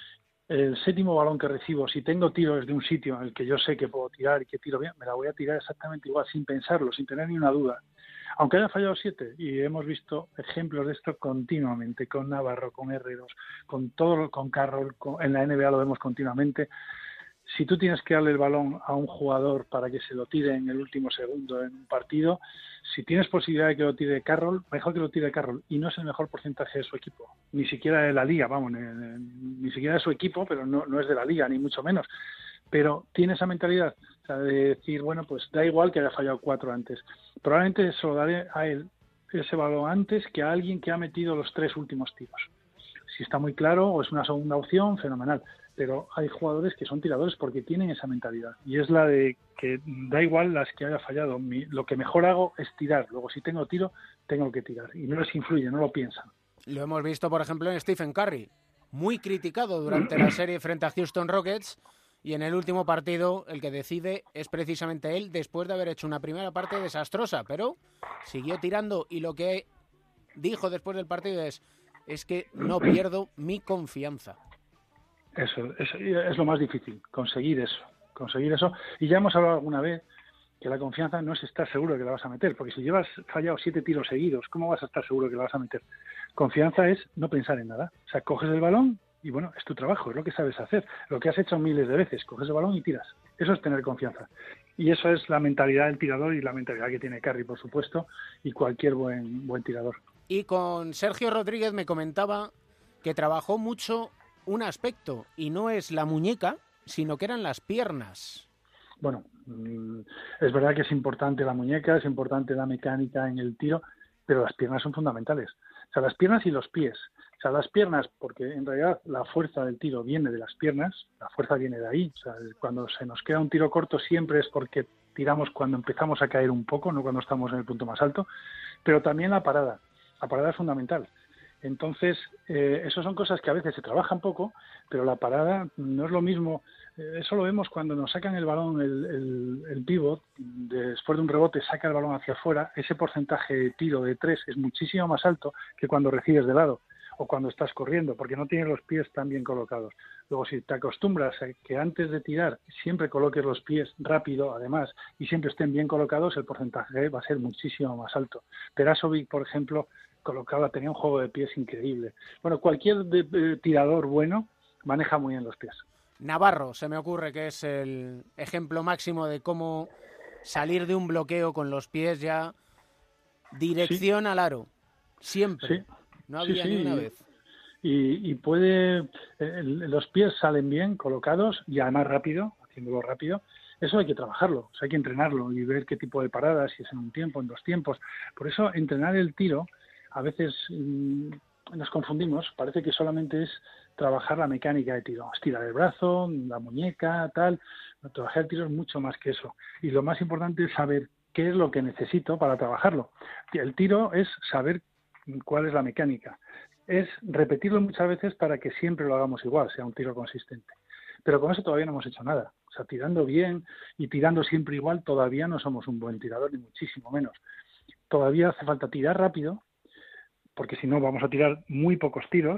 el séptimo balón que recibo, si tengo tiro desde un sitio en el que yo sé que puedo tirar y que tiro bien, me la voy a tirar exactamente igual, sin pensarlo, sin tener ni una duda. Aunque haya fallado siete, y hemos visto ejemplos de esto continuamente, con Navarro, con Herreros, con todo, con Carroll, con, en la N B A lo vemos continuamente. si tú tienes que darle el balón a un jugador para que se lo tire en el último segundo en un partido, si tienes posibilidad de que lo tire Carroll, mejor que lo tire Carroll, y no es el mejor porcentaje de su equipo, ni siquiera de la liga, vamos, ni, ni siquiera de su equipo, pero no, no es de la liga, ni mucho menos. Pero tiene esa mentalidad, o sea, de decir, bueno, pues da igual que haya fallado cuatro antes. Probablemente se lo daré a él ese balón antes que a alguien que ha metido los tres últimos tiros. Si está muy claro o es una segunda opción, fenomenal. Pero hay jugadores que son tiradores porque tienen esa mentalidad. Y es la de que da igual las que haya fallado. Mi, lo que mejor hago es tirar. Luego, si tengo tiro, tengo que tirar. Y no les influye, no lo piensan. Lo hemos visto, por ejemplo, en Stephen Curry. Muy criticado durante la serie frente a Houston Rockets. Y en el último partido, el que decide es precisamente él, después de haber hecho una primera parte desastrosa. Pero siguió tirando y lo que dijo después del partido es, es que no pierdo mi confianza. Eso, eso es lo más difícil, conseguir eso, conseguir eso. Y ya hemos hablado alguna vez que la confianza no es estar seguro de que la vas a meter, porque si llevas fallado siete tiros seguidos, ¿cómo vas a estar seguro de que la vas a meter? Confianza es no pensar en nada. O sea, coges el balón y bueno, es tu trabajo, es lo que sabes hacer, lo que has hecho miles de veces, coges el balón y tiras. Eso es tener confianza. Y eso es la mentalidad del tirador y la mentalidad que tiene Curry, por supuesto, y cualquier buen, buen tirador. Y con Sergio Rodríguez me comentaba que trabajó mucho un aspecto, y no es la muñeca, sino que eran las piernas. Bueno, es verdad que es importante la muñeca, es importante la mecánica en el tiro, pero las piernas son fundamentales. O sea, las piernas y los pies. O sea, las piernas, porque en realidad la fuerza del tiro viene de las piernas, la fuerza viene de ahí. O sea, cuando se nos queda un tiro corto siempre es porque tiramos cuando empezamos a caer un poco, no cuando estamos en el punto más alto, pero también la parada. La parada es fundamental. Entonces, eh, eso son cosas que a veces se trabajan poco, pero la parada no es lo mismo. Eh, eso lo vemos cuando nos sacan el balón, el, el, el pívot, después de un rebote saca el balón hacia afuera, ese porcentaje de tiro de tres es muchísimo más alto que cuando recibes de lado o cuando estás corriendo, porque no tienes los pies tan bien colocados. Luego, si te acostumbras a que antes de tirar siempre coloques los pies rápido, además, y siempre estén bien colocados, el porcentaje va a ser muchísimo más alto. Perasovic, por ejemplo, colocaba, tenía un juego de pies increíble. Bueno, cualquier de, de, tirador bueno maneja muy bien los pies. Navarro, se me ocurre que es el ejemplo máximo de cómo salir de un bloqueo con los pies ya dirección sí. al aro. Siempre. Sí. No había sí, sí. ni una vez. Y, y puede, eh, los pies salen bien colocados y además rápido, haciéndolo rápido. Eso hay que trabajarlo, o sea, hay que entrenarlo y ver qué tipo de paradas, si es en un tiempo, en dos tiempos. Por eso entrenar el tiro, a veces mmm, nos confundimos, parece que solamente es trabajar la mecánica de tiro, estirar el brazo, la muñeca, tal. Trabajar el tiro es mucho más que eso. Y lo más importante es saber qué es lo que necesito para trabajarlo. El tiro es saber cuál es la mecánica. Es repetirlo muchas veces para que siempre lo hagamos igual, sea un tiro consistente. Pero con eso todavía no hemos hecho nada. O sea, tirando bien y tirando siempre igual, todavía no somos un buen tirador, ni muchísimo menos. Todavía hace falta tirar rápido, porque si no vamos a tirar muy pocos tiros,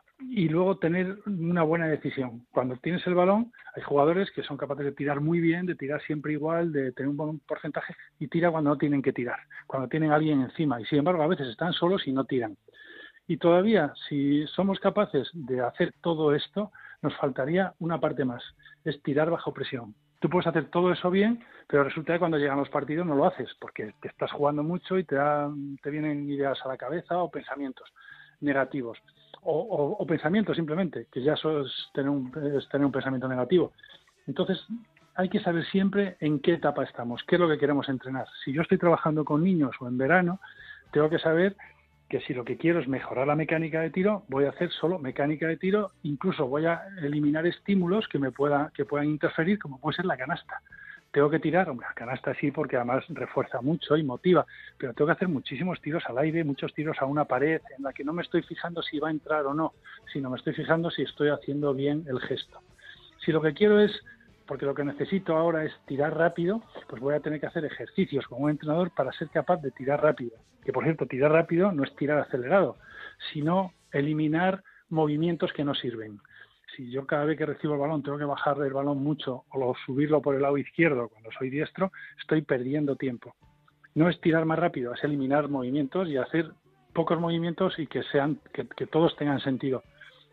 y luego tener una buena decisión. Cuando tienes el balón, hay jugadores que son capaces de tirar muy bien, de tirar siempre igual, de tener un buen porcentaje, y tira cuando no tienen que tirar, cuando tienen a alguien encima, y sin embargo a veces están solos y no tiran. Y todavía, si somos capaces de hacer todo esto, nos faltaría una parte más, es tirar bajo presión. Tú puedes hacer todo eso bien, pero resulta que cuando llegan los partidos no lo haces, porque te estás jugando mucho y te, da, te vienen ideas a la cabeza o pensamientos negativos. O, o, o pensamientos simplemente, que ya eso es tener, un, es tener un pensamiento negativo. Entonces, hay que saber siempre en qué etapa estamos, qué es lo que queremos entrenar. Si yo estoy trabajando con niños o en verano, tengo que saber que si lo que quiero es mejorar la mecánica de tiro, voy a hacer solo mecánica de tiro, incluso voy a eliminar estímulos que me pueda, que puedan interferir, como puede ser la canasta. Tengo que tirar, hombre, la canasta sí, porque además refuerza mucho y motiva, pero tengo que hacer muchísimos tiros al aire, muchos tiros a una pared, en la que no me estoy fijando si va a entrar o no, sino me estoy fijando si estoy haciendo bien el gesto. Si lo que quiero es, porque lo que necesito ahora es tirar rápido, pues voy a tener que hacer ejercicios como un entrenador para ser capaz de tirar rápido. Que, por cierto, tirar rápido no es tirar acelerado, sino eliminar movimientos que no sirven. Si yo cada vez que recibo el balón tengo que bajar el balón mucho o subirlo por el lado izquierdo cuando soy diestro, estoy perdiendo tiempo. No es tirar más rápido, es eliminar movimientos y hacer pocos movimientos y que sean que, que todos tengan sentido.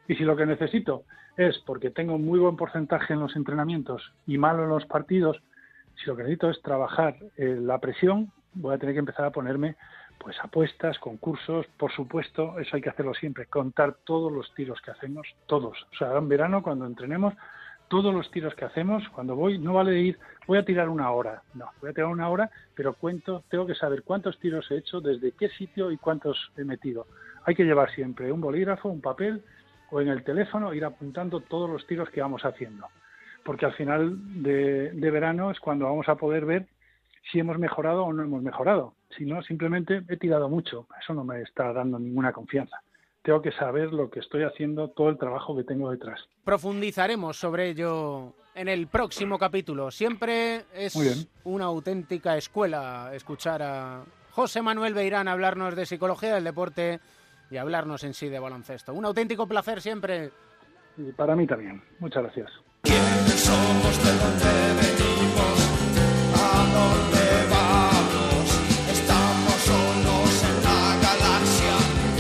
Y si lo que necesito es, porque tengo muy buen porcentaje en los entrenamientos y malo en los partidos, si lo que necesito es trabajar eh, la presión, voy a tener que empezar a ponerme pues apuestas, concursos, por supuesto, eso hay que hacerlo siempre, contar todos los tiros que hacemos, todos. O sea, en verano cuando entrenemos, todos los tiros que hacemos, cuando voy, no vale ir, voy a tirar una hora, no, voy a tirar una hora, pero cuento, tengo que saber cuántos tiros he hecho, desde qué sitio y cuántos he metido. Hay que llevar siempre un bolígrafo, un papel o en el teléfono, ir apuntando todos los tiros que vamos haciendo, porque al final de, de verano es cuando vamos a poder ver si hemos mejorado o no hemos mejorado. Si no, simplemente he tirado mucho. Eso no me está dando ninguna confianza. Tengo que saber lo que estoy haciendo, todo el trabajo que tengo detrás. Profundizaremos sobre ello en el próximo capítulo. Siempre es una auténtica escuela escuchar a José Manuel Beirán hablarnos de psicología del deporte y hablarnos en sí de baloncesto. Un auténtico placer siempre. Y para mí también. Muchas gracias. ¿Quiénes somos, de dónde venimos, a dónde vamos? ¿Estamos solos en la galaxia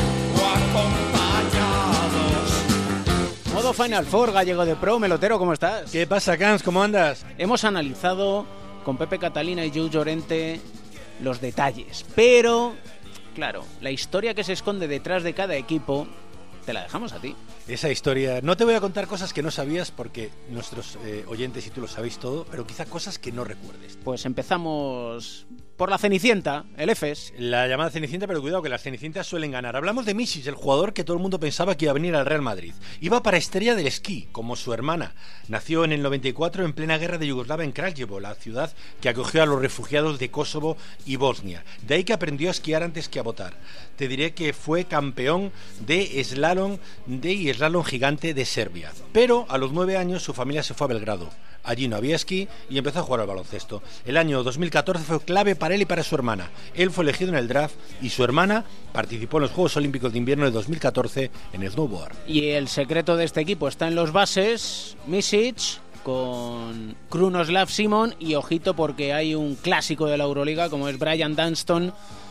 o acompañados? Modo Final Four, gallego de pro. Melotero, ¿cómo estás? ¿Qué pasa, Cans? ¿Cómo andas? Hemos analizado con Pepe Catalina y Joe Llorente los detalles, pero claro, la historia que se esconde detrás de cada equipo te la dejamos a ti. Esa historia, no te voy a contar cosas que no sabías porque nuestros eh, oyentes y tú lo sabéis todo, pero quizá cosas que no recuerdes. Pues empezamos por la Cenicienta, el Efes. La llamada Cenicienta, pero cuidado que las Cenicientas suelen ganar. Hablamos de Micic, el jugador que todo el mundo pensaba que iba a venir al Real Madrid. Iba para estrella del esquí, como su hermana. Nació en el noventa y cuatro en plena guerra de Yugoslavia en Kraljevo, la ciudad que acogió a los refugiados de Kosovo y Bosnia. De ahí que aprendió a esquiar antes que a botar. Te diré que fue campeón de slalom de y slalom gigante de Serbia. Pero a los nueve años su familia se fue a Belgrado. Allí no había esquí y empezó a jugar al baloncesto. El año dos mil catorce fue clave para él y para su hermana. Él fue elegido en el draft y su hermana participó en los Juegos Olímpicos de Invierno de dos mil catorce en el snowboard. Y el secreto de este equipo está en los bases. Micic con Krunoslav Simon y ojito porque hay un clásico de la Euroliga como es Brian Dunston,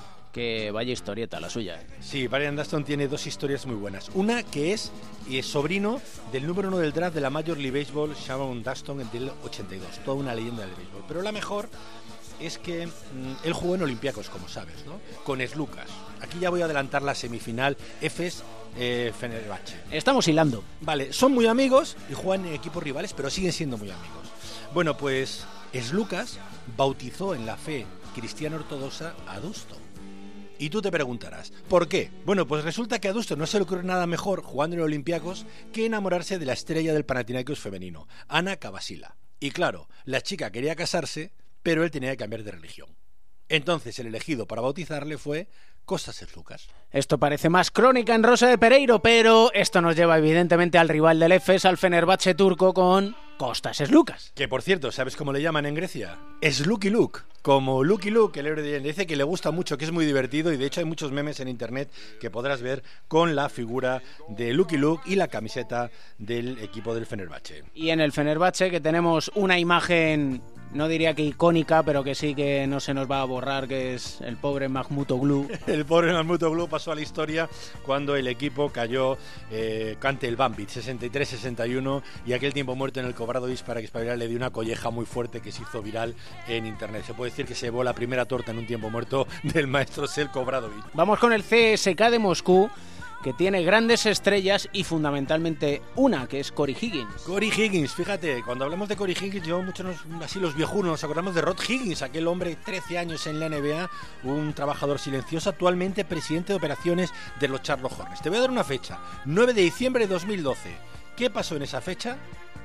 que vaya historieta la suya. ¿eh? Sí, Brian Dunston tiene dos historias muy buenas. Una que es, es sobrino del número uno del draft de la Major League Baseball, Sharon Dunston, del ochenta y dos. Toda una leyenda del béisbol. Pero la mejor es que mmm, él jugó en Olympiacos, como sabes, ¿no? Con Slucas. Aquí ya voy a adelantar la semifinal Efes eh, Fenerbahce. Estamos hilando. Vale, son muy amigos y juegan en equipos rivales, pero siguen siendo muy amigos. Bueno, pues Slucas bautizó en la fe cristiana ortodoxa a Dunston. Y tú te preguntarás, ¿por qué? Bueno, pues resulta que a Dunston no se le ocurre nada mejor jugando en Olympiacos que enamorarse de la estrella del Panathinaikos femenino, Ana Kavasila. Y claro, la chica quería casarse, pero él tenía que cambiar de religión. Entonces el elegido para bautizarle fue Kostas Slucas. Esto parece más crónica en Rosa de Pereiro, pero esto nos lleva evidentemente al rival del Efes, al Fenerbahce turco, con Kostas Slucas. Que por cierto, ¿sabes cómo le llaman en Grecia? Sluky Luke. Como Lucky Luke, el héroe de dice que le gusta mucho, que es muy divertido y de hecho hay muchos memes en internet que podrás ver con la figura de Lucky Luke y la camiseta del equipo del Fenerbahce. Y en el Fenerbahce que tenemos una imagen, no diría que icónica, pero que sí que no se nos va a borrar, que es el pobre Mahmutoglu. El pobre Mahmutoglu pasó a la historia cuando el equipo cayó eh, ante el Banvit sesenta y tres sesenta y uno y aquel tiempo muerto en el Obradović para que Spavilar le dio una colleja muy fuerte que se hizo viral en internet. Se puede decir que se llevó la primera torta en un tiempo muerto del maestro Željko Obradović. Vamos con el C S K de Moscú, que tiene grandes estrellas y fundamentalmente una, que es Corey Higgins. Corey Higgins, fíjate, cuando hablamos de Corey Higgins, yo muchos nos, así los viejunos nos acordamos de Rod Higgins, aquel hombre trece años en la N B A, un trabajador silencioso, actualmente presidente de operaciones de los Charlotte Hornets. Te voy a dar una fecha, nueve de diciembre de dos mil doce. ¿Qué pasó en esa fecha?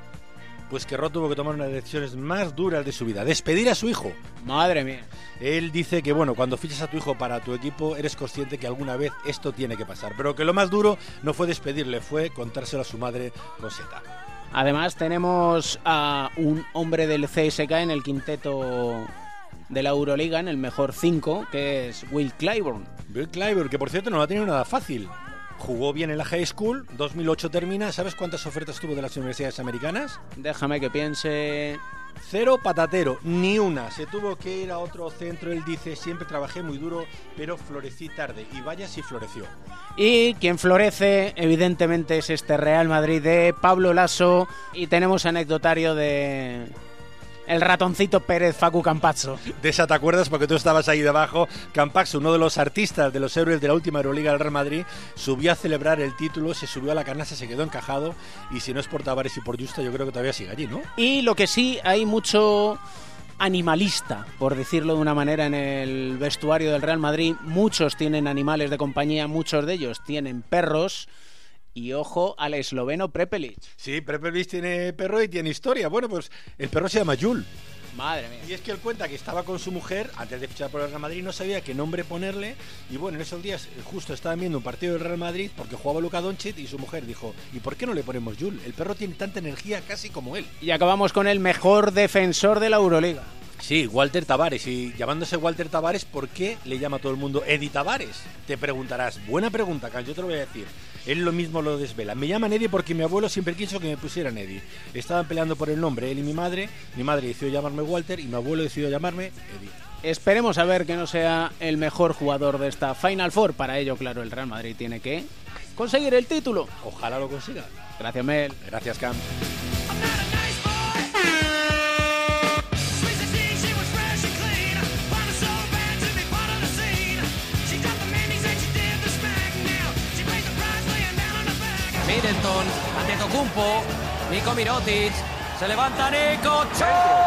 Pues que Rod tuvo que tomar una de las decisiones más duras de su vida, despedir a su hijo. Madre mía. Él dice que, bueno, cuando fichas a tu hijo para tu equipo, eres consciente que alguna vez esto tiene que pasar. Pero que lo más duro no fue despedirle, fue contárselo a su madre, Rosetta. Además, tenemos a un hombre del C S K en el quinteto de la Euroliga, en el mejor cinco, que es Will Clyburn. Will Clyburn, que por cierto no lo ha tenido nada fácil. Jugó bien en la high school, dos mil ocho termina. ¿Sabes cuántas ofertas tuvo de las universidades americanas? Déjame que piense. Cero patatero, ni una. Se tuvo que ir a otro centro. Él dice, siempre trabajé muy duro, pero florecí tarde. Y vaya si floreció. Y quien florece, evidentemente, es este Real Madrid de Pablo Lasso. Y tenemos anecdotario de... el ratoncito Pérez, Facu Campazzo. De esa te acuerdas porque tú estabas ahí debajo. Campazzo, uno de los artistas de los héroes de la última Euroliga del Real Madrid, subió a celebrar el título, se subió a la canasta, se quedó encajado. Y si no es por Tavares y por Justa, yo creo que todavía sigue allí, ¿no? Y lo que sí, hay mucho animalista, por decirlo de una manera, en el vestuario del Real Madrid. Muchos tienen animales de compañía, muchos de ellos tienen perros. Y ojo al esloveno Prepelic. Sí, Prepelic tiene perro y tiene historia. Bueno, pues el perro se llama Jul. Madre mía. Y es que él cuenta que estaba con su mujer antes de fichar por el Real Madrid, no sabía qué nombre ponerle. Y bueno, en esos días justo estaban viendo un partido del Real Madrid porque jugaba Luka Doncic y su mujer dijo, ¿y por qué no le ponemos Jul? El perro tiene tanta energía casi como él. Y acabamos con el mejor defensor de la Euroliga. Sí, Walter Tavares. Y llamándose Walter Tavares, ¿por qué le llama a todo el mundo Eddie Tavares? Te preguntarás. Buena pregunta, Can, yo te lo voy a decir. Él lo mismo lo desvela. Me llaman Eddie porque mi abuelo siempre quiso que me pusieran Eddie. Estaban peleando por el nombre, él y mi madre. Mi madre decidió llamarme Walter y mi abuelo decidió llamarme Eddie. Esperemos a ver que no sea el mejor jugador de esta Final Four. Para ello, claro, el Real Madrid tiene que conseguir el título. Ojalá lo consiga. Gracias, Mel. Gracias, Cam. Middleton, Antetokounmpo, Nico Mirotic, se levanta Nico, ¡choo!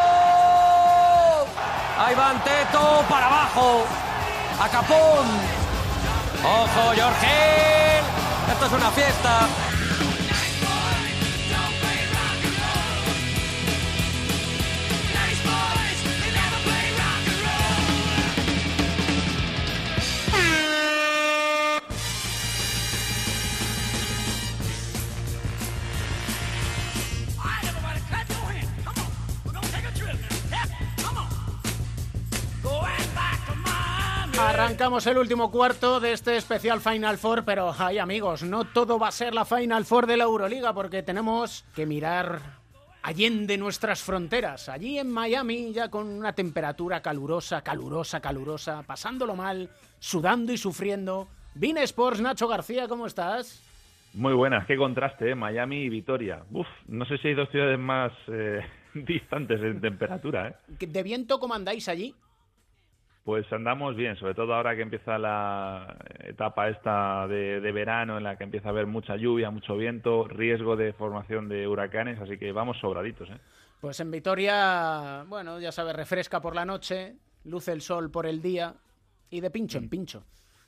Ahí va Anteto, para abajo, a Capón. ¡Ojo, George Hill! Esto es una fiesta. Arrancamos el último cuarto de este especial Final Four, pero ay amigos, no todo va a ser la Final Four de la Euroliga porque tenemos que mirar allende nuestras fronteras, allí en Miami ya con una temperatura calurosa, calurosa, calurosa, pasándolo mal, sudando y sufriendo. Bein Sports, Nacho García, ¿cómo estás? Muy buenas, qué contraste, ¿eh? Miami y Vitoria. Uf, no sé si hay dos ciudades más eh, distantes en temperatura, ¿eh? ¿De viento cómo andáis allí? Pues andamos bien, sobre todo ahora que empieza la etapa esta de, de verano en la que empieza a haber mucha lluvia, mucho viento, riesgo de formación de huracanes, así que vamos sobraditos, ¿eh? Pues en Vitoria, bueno, ya sabes, refresca por la noche, luce el sol por el día y de pincho en pincho.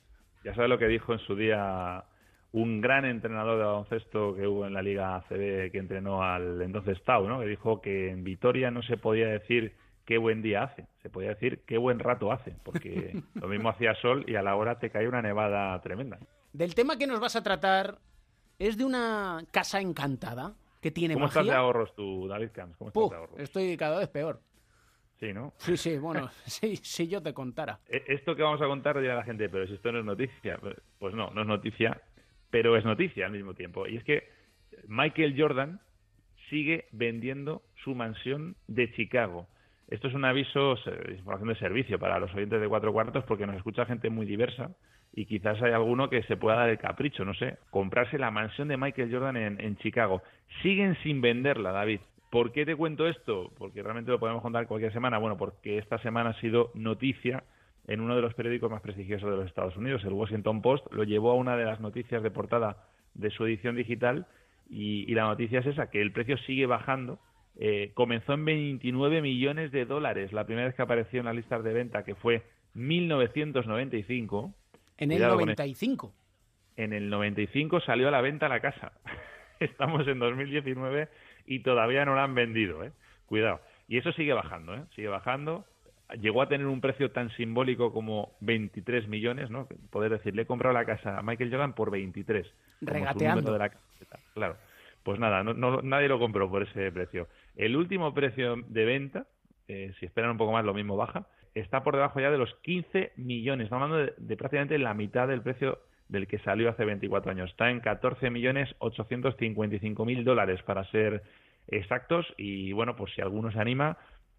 Ya sabes lo que dijo en su día un gran entrenador de baloncesto que hubo en la Liga A C B que entrenó al entonces Tau, ¿no? Que dijo que en Vitoria no se podía decir qué buen día hace, se podía decir qué buen rato hace, porque lo mismo hacía sol y a la hora te cae una nevada tremenda. Del tema que nos vas a tratar es de una casa encantada que tiene ¿Cómo magia? estás de ahorros tú, David Camps? ¿Cómo estás Puh, de ahorros? Estoy cada vez peor. Sí, ¿no? Sí, sí, bueno, sí, si yo te contara. Esto que vamos a contar dirá la gente, pero si esto no es noticia, pues no, no es noticia, pero es noticia al mismo tiempo. Y es que Michael Jordan sigue vendiendo su mansión de Chicago. Esto es un aviso, información de servicio para los oyentes de Cuatro Cuartos, porque nos escucha gente muy diversa y quizás hay alguno que se pueda dar el capricho, no sé, comprarse la mansión de Michael Jordan en, en Chicago. Siguen sin venderla, David. ¿Por qué te cuento esto? Porque realmente lo podemos contar cualquier semana. Bueno, porque esta semana ha sido noticia en uno de los periódicos más prestigiosos de los Estados Unidos, el Washington Post. Lo llevó a una de las noticias de portada de su edición digital y, y la noticia es esa, que el precio sigue bajando. Eh, comenzó en veintinueve millones de dólares la primera vez que apareció en las listas de venta, que fue mil novecientos noventa y cinco. En el noventa y cinco. En el noventa y cinco salió a la venta la casa. Estamos en dos mil diecinueve y todavía no la han vendido, ¿eh? Cuidado. Y eso sigue bajando, ¿eh? Sigue bajando. Llegó a tener un precio tan simbólico como veintitrés millones, ¿no? Poder decir, le he comprado la casa a Michael Jordan por veintitrés. Regateando. De la caseta. Claro. Pues nada, no, no, nadie lo compró por ese precio. El último precio de venta, eh, si esperan un poco más, lo mismo baja, está por debajo ya de los quince millones. Estamos hablando de, de prácticamente la mitad del precio del que salió hace veinticuatro años. Está en catorce millones ochocientos cincuenta y cinco mil dólares, para ser exactos. Y bueno, pues si alguno se anima,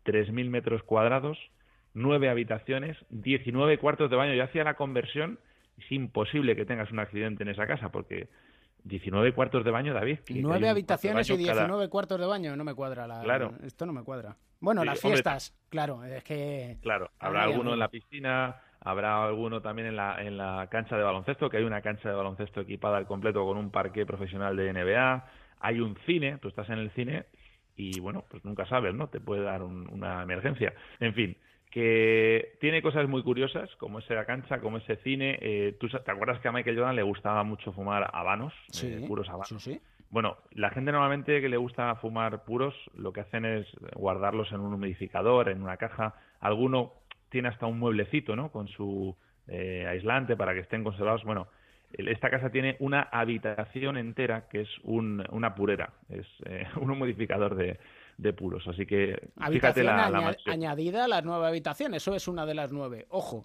tres mil metros cuadrados, nueve habitaciones, diecinueve cuartos de baño. Yo hacía la conversión, es imposible que tengas un accidente en esa casa, porque diecinueve cuartos de baño, David. Nueve habitaciones y diecinueve cada... cuartos de baño, no me cuadra. La... Claro. Esto no me cuadra. Bueno, sí, las hombre, fiestas, claro, es que... Claro, habrá Ay, alguno amigo. en la piscina, habrá alguno también en la, en la cancha de baloncesto, que hay una cancha de baloncesto equipada al completo con un parqué profesional de N B A, hay un cine, tú estás en el cine y, bueno, pues nunca sabes, ¿no? Te puede dar un, una emergencia. En fin, que tiene cosas muy curiosas, como esa cancha, como ese cine. Eh, ¿tú te acuerdas que a Michael Jordan le gustaba mucho fumar habanos, Sí, eh, puros habanos? sí, sí. Bueno, la gente normalmente que le gusta fumar puros, lo que hacen es guardarlos en un humidificador, en una caja. Alguno tiene hasta un mueblecito, ¿no?, con su eh, aislante para que estén conservados. Bueno, esta casa tiene una habitación entera que es un, una purera, es eh, un humidificador de, de puros. Así que fíjate Habitación la, la aña- mansión. añadida a la nueva habitación, eso es una de las nueve, ojo.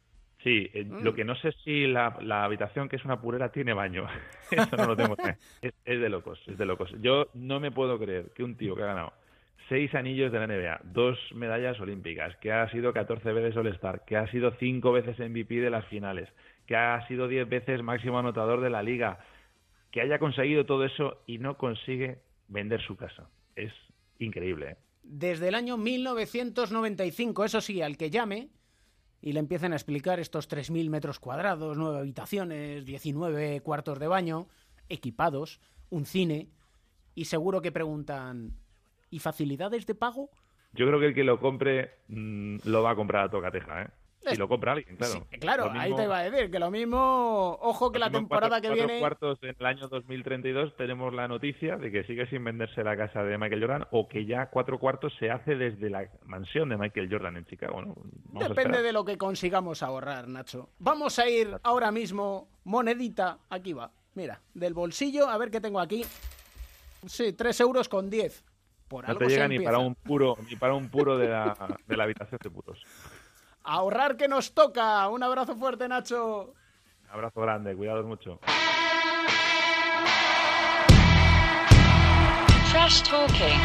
Sí, eh, Mm. lo que no sé si la, la habitación, que es una purera, tiene baño. Eso no lo tengo claro. Es, es de locos, es de locos. Yo no me puedo creer que un tío que ha ganado seis anillos de la N B A, dos medallas olímpicas, que ha sido catorce veces All-Star, que ha sido cinco veces M V P de las finales, que ha sido diez veces máximo anotador de la liga, que haya conseguido todo eso y no consigue vender su casa. Es increíble, ¿eh? Desde el año mil novecientos noventa y cinco, eso sí, al que llame y le empiecen a explicar estos tres mil metros cuadrados, nueve habitaciones, diecinueve cuartos de baño, equipados, un cine, y seguro que preguntan, ¿y facilidades de pago? Yo creo que el que lo compre mmm, lo va a comprar a tocateja, ¿eh? Si Es- lo compra alguien, claro. Sí, claro, Lo mismo- ahí te iba a decir que lo mismo, ojo que lo la mismo temporada cuatro- que cuatro viene... cuartos en el año dos mil treinta y dos tenemos la noticia de que sigue sin venderse la casa de Michael Jordan, o que ya cuatro cuartos se hace desde la mansión de Michael Jordan en Chicago. ¿No? Vamos a Depende esperar. de lo que consigamos ahorrar, Nacho. Vamos a ir ahora mismo, monedita, aquí va, mira, del bolsillo, a ver qué tengo aquí. Sí, tres euros con diez. Por No algo te se llega ni empieza. para un puro, ni para un puro de la, de la habitación de puros. Ahorrar que nos toca. Un abrazo fuerte, Nacho. Un abrazo grande, cuidados mucho. Trash talking.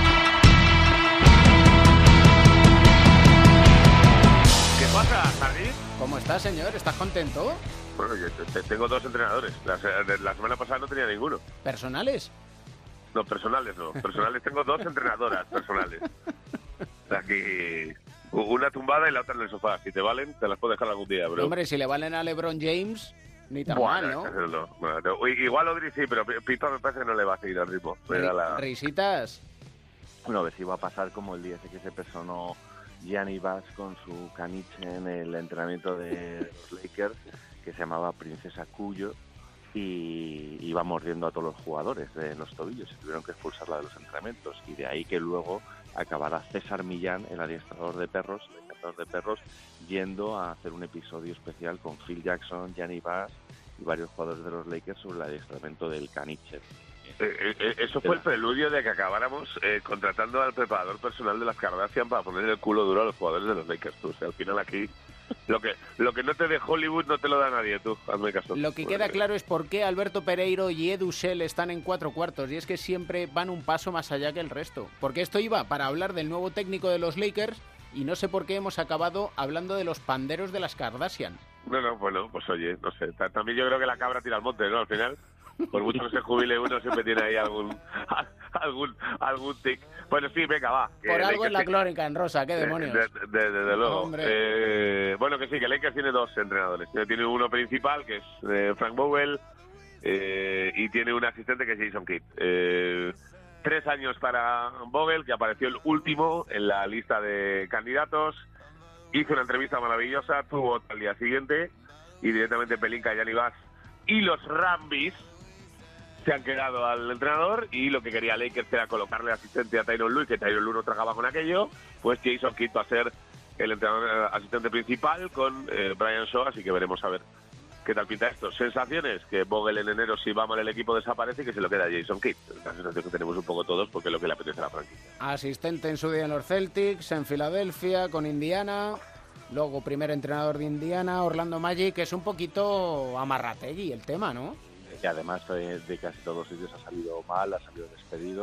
¿Qué pasa, Harry? ¿Cómo estás, señor? ¿Estás contento? Bueno, yo te- te- tengo dos entrenadores. La, se- la semana pasada no tenía ninguno. ¿Personales? No, personales no. Personales tengo dos entrenadoras personales. O sea que una tumbada y la otra en el sofá. Si te valen, te las puedo dejar algún día, bro. Hombre, si le valen a LeBron James, ni tan Buah, mal, ¿no? no, no, bueno, no. Igual Odri sí, pero Pipa me parece que no le va a seguir el ritmo. Me da la- Risitas. Bueno, a ver si va a pasar como el día ese que se personó Gianni Bass con su caniche en el entrenamiento de los Lakers, que se llamaba Princesa Cuyo, y iba mordiendo a todos los jugadores de los tobillos y tuvieron que expulsarla de los entrenamientos. Y de ahí que luego acabará César Millán, el adiestrador de perros, el encantador de perros, yendo a hacer un episodio especial con Phil Jackson, Gianni Bass y varios jugadores de los Lakers sobre el adiestramiento del caniche. Eh, eh, eso fue el preludio de que acabáramos eh, contratando al preparador personal de las Kardashian para ponerle el culo duro a los jugadores de los Lakers. Tú. O sea, al final aquí lo que lo que no te dé Hollywood no te lo da nadie, tú. Hazme caso. Lo que queda claro es por qué Alberto Pereiro y Edu Shell están en cuatro cuartos, y es que siempre van un paso más allá que el resto. Porque esto iba para hablar del nuevo técnico de los Lakers, y no sé por qué hemos acabado hablando de los panderos de las Kardashian. No, no, bueno, pues oye, no sé. Ta- También yo creo que la cabra tira al monte, ¿no? Al final, por mucho que se jubile uno, siempre tiene ahí algún algún algún tic. Bueno, sí, venga, va. que Por algo Lakers en la tiene- clónica, en rosa, qué demonios. De- de- de- Desde luego. Hombre. Eh, bueno, que sí, que Lakers tiene dos entrenadores. Tiene uno principal, que es eh, Frank Vogel, eh, y tiene un asistente que es Jason Kidd. Eh, tres años para Vogel, que apareció el último en la lista de candidatos. Hizo una entrevista maravillosa, tuvo otra al día siguiente, y directamente Pelinka, Gianni Bass y los Rambis se han quedado al entrenador, y lo que quería Lakers era colocarle asistente a Tyronn Lue, que Tyronn Lue no trabajaba con aquello, pues Jason Kidd va a ser el entrenador eh, asistente principal con eh, Brian Shaw, así que veremos a ver qué tal pinta esto. Sensaciones, que Vogel en enero, si va mal el equipo, desaparece y que se lo queda Jason Kidd. Es la sensación que tenemos un poco todos, porque es lo que le apetece a la franquicia. Asistente en su día en los Celtics, en Filadelfia, con Indiana. Luego primer entrenador de Indiana, Orlando Magic, que es un poquito amarrategui el tema, ¿no? Y además eh, de casi todos ellos ha salido mal, ha salido despedido.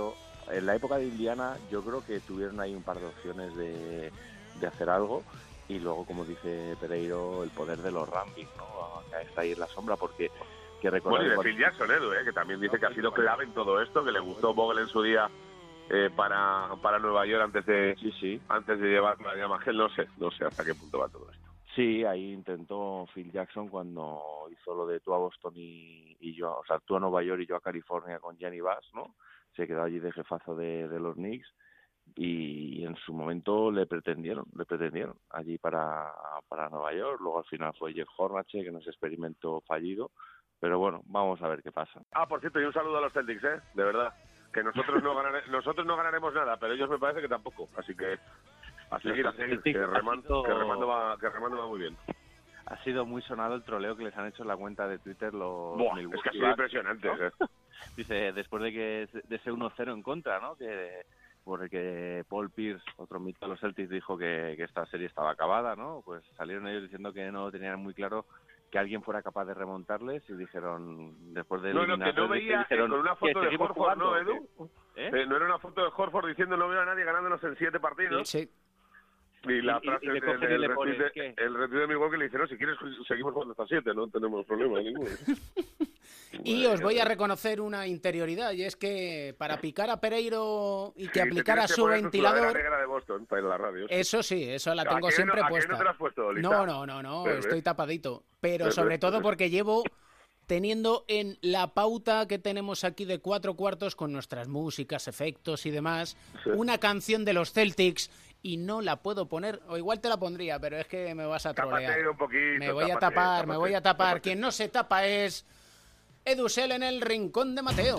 en la época de Indiana yo creo que tuvieron ahí un par de opciones de, de hacer algo, y luego, como dice Pereiro, el poder de los Rambis, ¿no? Que está ahí en la sombra, porque que recordar Bueno, y de cuando... Phil Jackson, Edu, ¿eh? Que también dice que ha sido clave en todo esto, que le gustó Vogel en su día eh, para, para Nueva York antes de sí, sí. antes de llevar la llama gel. No sé, no sé hasta qué punto va todo esto. Sí, ahí intentó Phil Jackson cuando hizo lo de tú a Boston y, y yo, o sea, tú a Nueva York y yo a California con Gianni Bass, ¿no? Se quedó allí de jefazo de, de los Knicks, y en su momento le pretendieron, le pretendieron allí para, para Nueva York. Luego al final fue Jeff Hornacek, que no es experimento fallido, pero bueno, vamos a ver qué pasa. Ah, por cierto, y un saludo a los Celtics, ¿eh? De verdad, que nosotros no ganare, nosotros no ganaremos nada, pero ellos me parece que tampoco, así que a seguir, a seguir, que remando, que remando va, que remando va muy bien. Ha sido muy sonado el troleo que les han hecho en la cuenta de Twitter los Buah, Milwaukee es que ha sido Bucks, impresionante, ¿no? ¿eh? Dice, después de que de ese uno cero en contra, ¿no? Que por el que Paul Pierce, otro mito de los Celtics, dijo que, que esta serie estaba acabada, ¿no? Pues salieron ellos diciendo que no tenían muy claro que alguien fuera capaz de remontarles, y dijeron, después de... No, no, que no veía, dijeron, eh, con una foto de Horford, jugando, ¿no, Edu? ¿Eh? Eh, no era una foto de Horford diciendo no veo a nadie ganándonos en siete partidos. Sí. Y la Y- frase y le del cogen y le retweet ponen, de- ¿qué? el retweet de Milwaukee le dice, no, si quieres seguimos jugando hasta siete, no tenemos problema ninguno. Y os voy a reconocer una interioridad, y es que para picar a Pereiro y que Sí, te aplicara tienes que su poner tu sudadera ventilador... negra de Boston para ir a la radio. Eso sí, eso la ¿A tengo qué siempre no- a qué puesta. no te la has puesto, Lisa? No, no, no, no, ¿Ves? estoy tapadito. Pero ¿Ves? sobre todo ¿Ves? porque llevo teniendo en la pauta que tenemos aquí de cuatro cuartos con nuestras músicas, efectos y demás, Sí. una canción de los Celtics, y no la puedo poner, o igual te la pondría, pero es que me vas a trolear. Tápate un poquito, Me voy a tápate, tapar, me tápate, voy a tapar. tápate. Quien no se tapa es Edusel en el rincón de Mateo.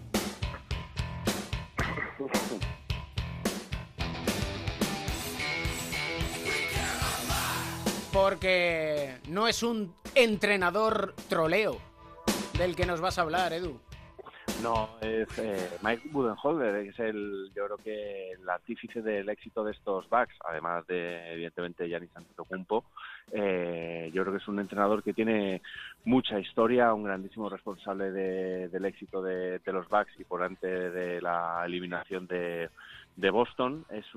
Porque no es un entrenador troleo del que nos vas a hablar, Edu. No, es eh, Mike Budenholzer, es el, yo creo que el artífice del éxito de estos Bucks, además de, evidentemente, Giannis Antetokounmpo. Eh, yo creo que es un entrenador que tiene mucha historia, un grandísimo responsable de, del éxito de, de los Bucks y por antes de la eliminación de, de Boston. Es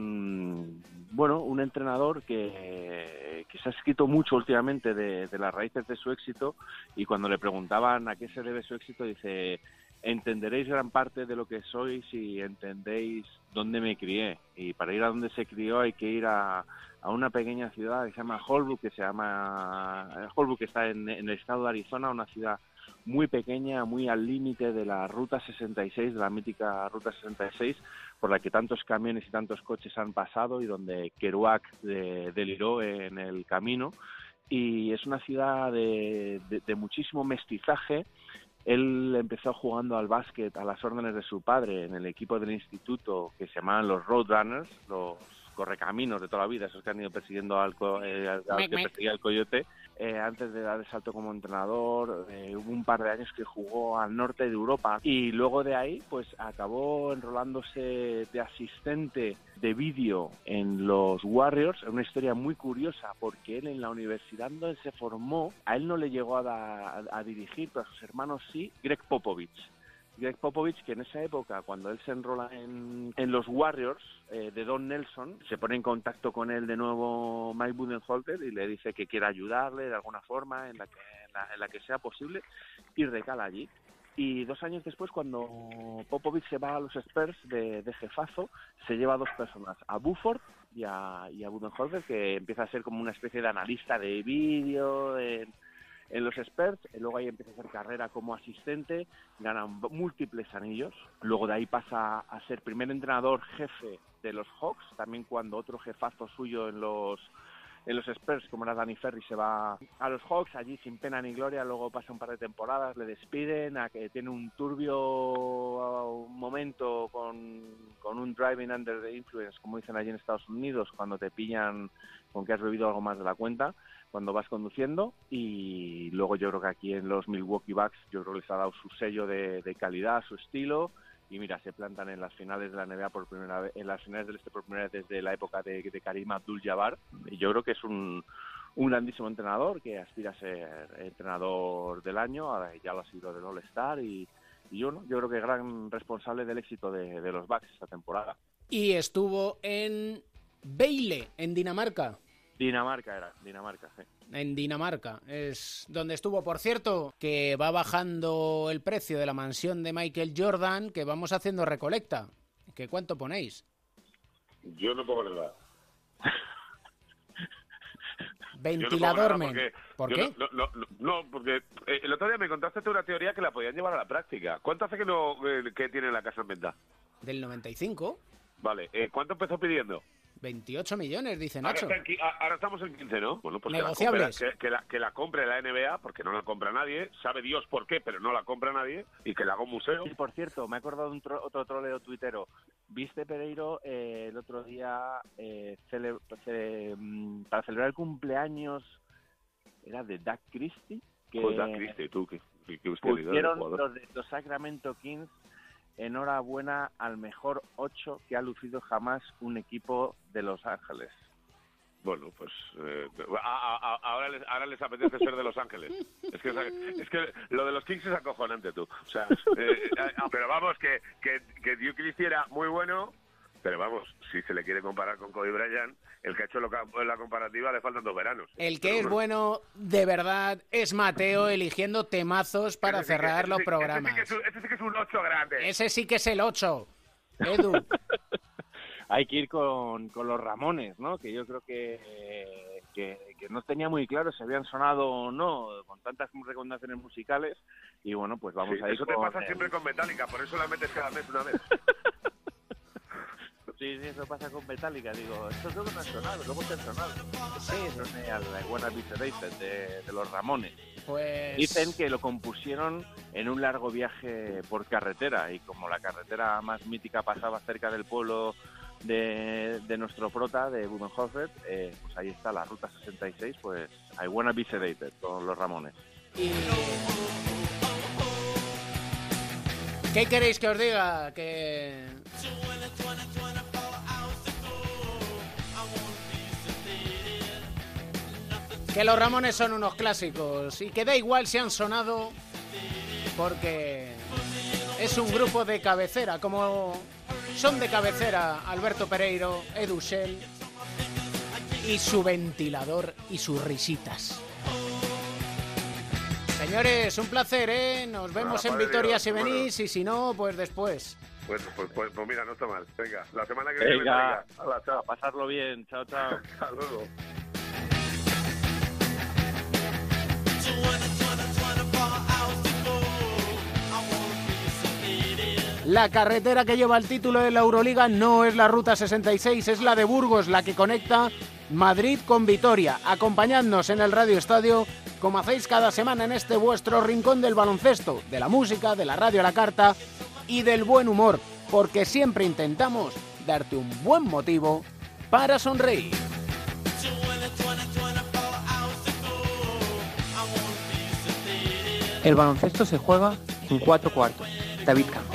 un, bueno, un entrenador que, que se ha escrito mucho últimamente de, de las raíces de su éxito, y cuando le preguntaban a qué se debe su éxito, dice: entenderéis gran parte de lo que sois si entendéis dónde me crié. Y para ir a donde se crió hay que ir a, a una pequeña ciudad que se llama Holbrook, que se llama Holbrook, que está en, en el estado de Arizona, una ciudad muy pequeña, muy al límite de la Ruta sesenta y seis, de la mítica Ruta sesenta y seis, por la que tantos camiones y tantos coches han pasado y donde Kerouac de, deliró en el camino. Y es una ciudad de, de, de muchísimo mestizaje. Él empezó jugando al básquet a las órdenes de su padre en el equipo del instituto que se llamaban los Roadrunners, los correcaminos de toda la vida, esos que han ido persiguiendo al, co eh, al, al que perseguía el coyote. Eh, antes de dar el salto como entrenador, eh, hubo un par de años que jugó al norte de Europa, y luego de ahí pues acabó enrolándose de asistente de vídeo en los Warriors. Es una historia muy curiosa porque él en la universidad donde se formó, a él no le llegó a, da, a, a dirigir, pero a sus hermanos sí, Greg Popovich. Greg Popovich, que en esa época, cuando él se enrola en, en los Warriors eh, de Don Nelson, se pone en contacto con él de nuevo Mike Budenholzer y le dice que quiere ayudarle de alguna forma en la que, en la, en la que sea posible, y recala allí. Y dos años después, cuando Popovich se va a los Spurs de, de jefazo, se lleva a dos personas, a Buford y a, y a Budenholzer, que empieza a ser como una especie de analista de vídeo en, en los Spurs. Y luego ahí empieza a hacer carrera como asistente, gana múltiples anillos. Luego de ahí pasa a ser primer entrenador jefe de los Hawks, también cuando otro jefazo suyo en los en los Spurs, como era Danny Ferry, se va a los Hawks, allí sin pena ni gloria. Luego pasa un par de temporadas, le despiden, a que tiene un turbio momento con, con un driving under the influence, como dicen allí en Estados Unidos, cuando te pillan con que has bebido algo más de la cuenta, cuando vas conduciendo. Y luego yo creo que aquí en los Milwaukee Bucks, yo creo que les ha dado su sello de, de calidad, su estilo. Y mira, se plantan en las finales de la N B A por primera vez, en las finales del Este por primera vez desde la época de, de Karim Abdul-Jabbar. Y yo creo que es un, un grandísimo entrenador que aspira a ser entrenador del año. Ahora ya lo ha sido del All-Star y, Y yo, ¿no? yo creo que gran responsable del éxito de, de los Bucks esta temporada. Y estuvo en Vejle, en Dinamarca. Dinamarca era, Dinamarca, sí. En Dinamarca, es donde estuvo. Por cierto, que va bajando el precio de la mansión de Michael Jordan, que vamos haciendo recolecta. ¿Qué cuánto ponéis? Yo no pongo nada. Ventilador, no men. ¿Por yo qué? No, no, no, no, porque eh, el otro día me contaste tú una teoría que la podían llevar a la práctica. ¿Cuánto hace que no eh, que tiene la casa en venta? Del noventa y cinco. Vale, eh, ¿cuánto empezó pidiendo? veintiocho millones, dice Ahora, Nacho. está en qui- a- ahora estamos en quince, ¿no? Bueno, pues que la, Negociables. compre, que, que la, que la compre la N B A, porque no la compra nadie, sabe Dios por qué, pero no la compra nadie, y que la haga un museo. Y por cierto, me he acordado de un tro- otro troleo tuitero. ¿Viste, Pereiro, eh, el otro día, eh, cele- ce- mm, para celebrar el cumpleaños, era de Doug Christie? Que Pues da Christie, tú, que, que, que usted líder del pusieron jugador. los de los Sacramento Kings enhorabuena al mejor ocho que ha lucido jamás un equipo de Los Ángeles. Bueno, pues eh, a- a- a- ahora, les, ahora les apetece ser de Los Ángeles. Es que, es que lo de los Kings es acojonante, tú. O sea, eh, eh, pero vamos, que, que, que Duke Christie era muy bueno, pero vamos, si se le quiere comparar con Kobe Bryant, el que ha hecho lo, la comparativa le faltan dos veranos. El que Pero es bueno de verdad es Mateo eligiendo temazos para Ese sí que- cerrar ese los sí- programas. Ese sí, que es un, ese sí que es un ocho grande. Ese sí que es el ocho. Edu. Hay que ir con, con los Ramones, ¿no? Que yo creo que, eh, que, que no tenía muy claro si habían sonado o no, con tantas recomendaciones musicales. Y bueno, pues vamos Sí, a ir eso con... te pasa el- siempre con Metallica, por eso la metes cada mes una vez. Sí, sí, eso pasa con Metallica. Digo, esto luego no ha sonado, luego te ha sonado. Sí, suene al I Wanna Be Sedated de, de los Ramones. Pues... Dicen que lo compusieron en un largo viaje por carretera y como la carretera más mítica pasaba cerca del pueblo de, de nuestro prota, de Budenholzer, eh, pues ahí está la Ruta sesenta y seis, pues I Wanna Be Sedated con los Ramones. Y... ¿Qué queréis que os diga? Que... Que los Ramones son unos clásicos y que da igual si han sonado porque es un grupo de cabecera, como son de cabecera Alberto Pereiro, Edu Shell y su ventilador y sus risitas. Señores, un placer, ¿eh? Nos vemos Ah, en madre Vitoria Dios, si bueno. venís y si no, pues después. Pues, pues, pues, pues mira, no está mal. Venga, la semana que viene. Venga, Metallica. Hala, chao. a pasarlo bien. Chao, chao. Hasta luego. La carretera que lleva el título de la Euroliga no es la Ruta sesenta y seis, es la de Burgos, la que conecta Madrid con Vitoria. Acompañadnos en el Radio Estadio, como hacéis cada semana en este vuestro rincón del baloncesto, de la música, de la radio a la carta y del buen humor, porque siempre intentamos darte un buen motivo para sonreír. El baloncesto se juega en cuatro cuartos. David Camp.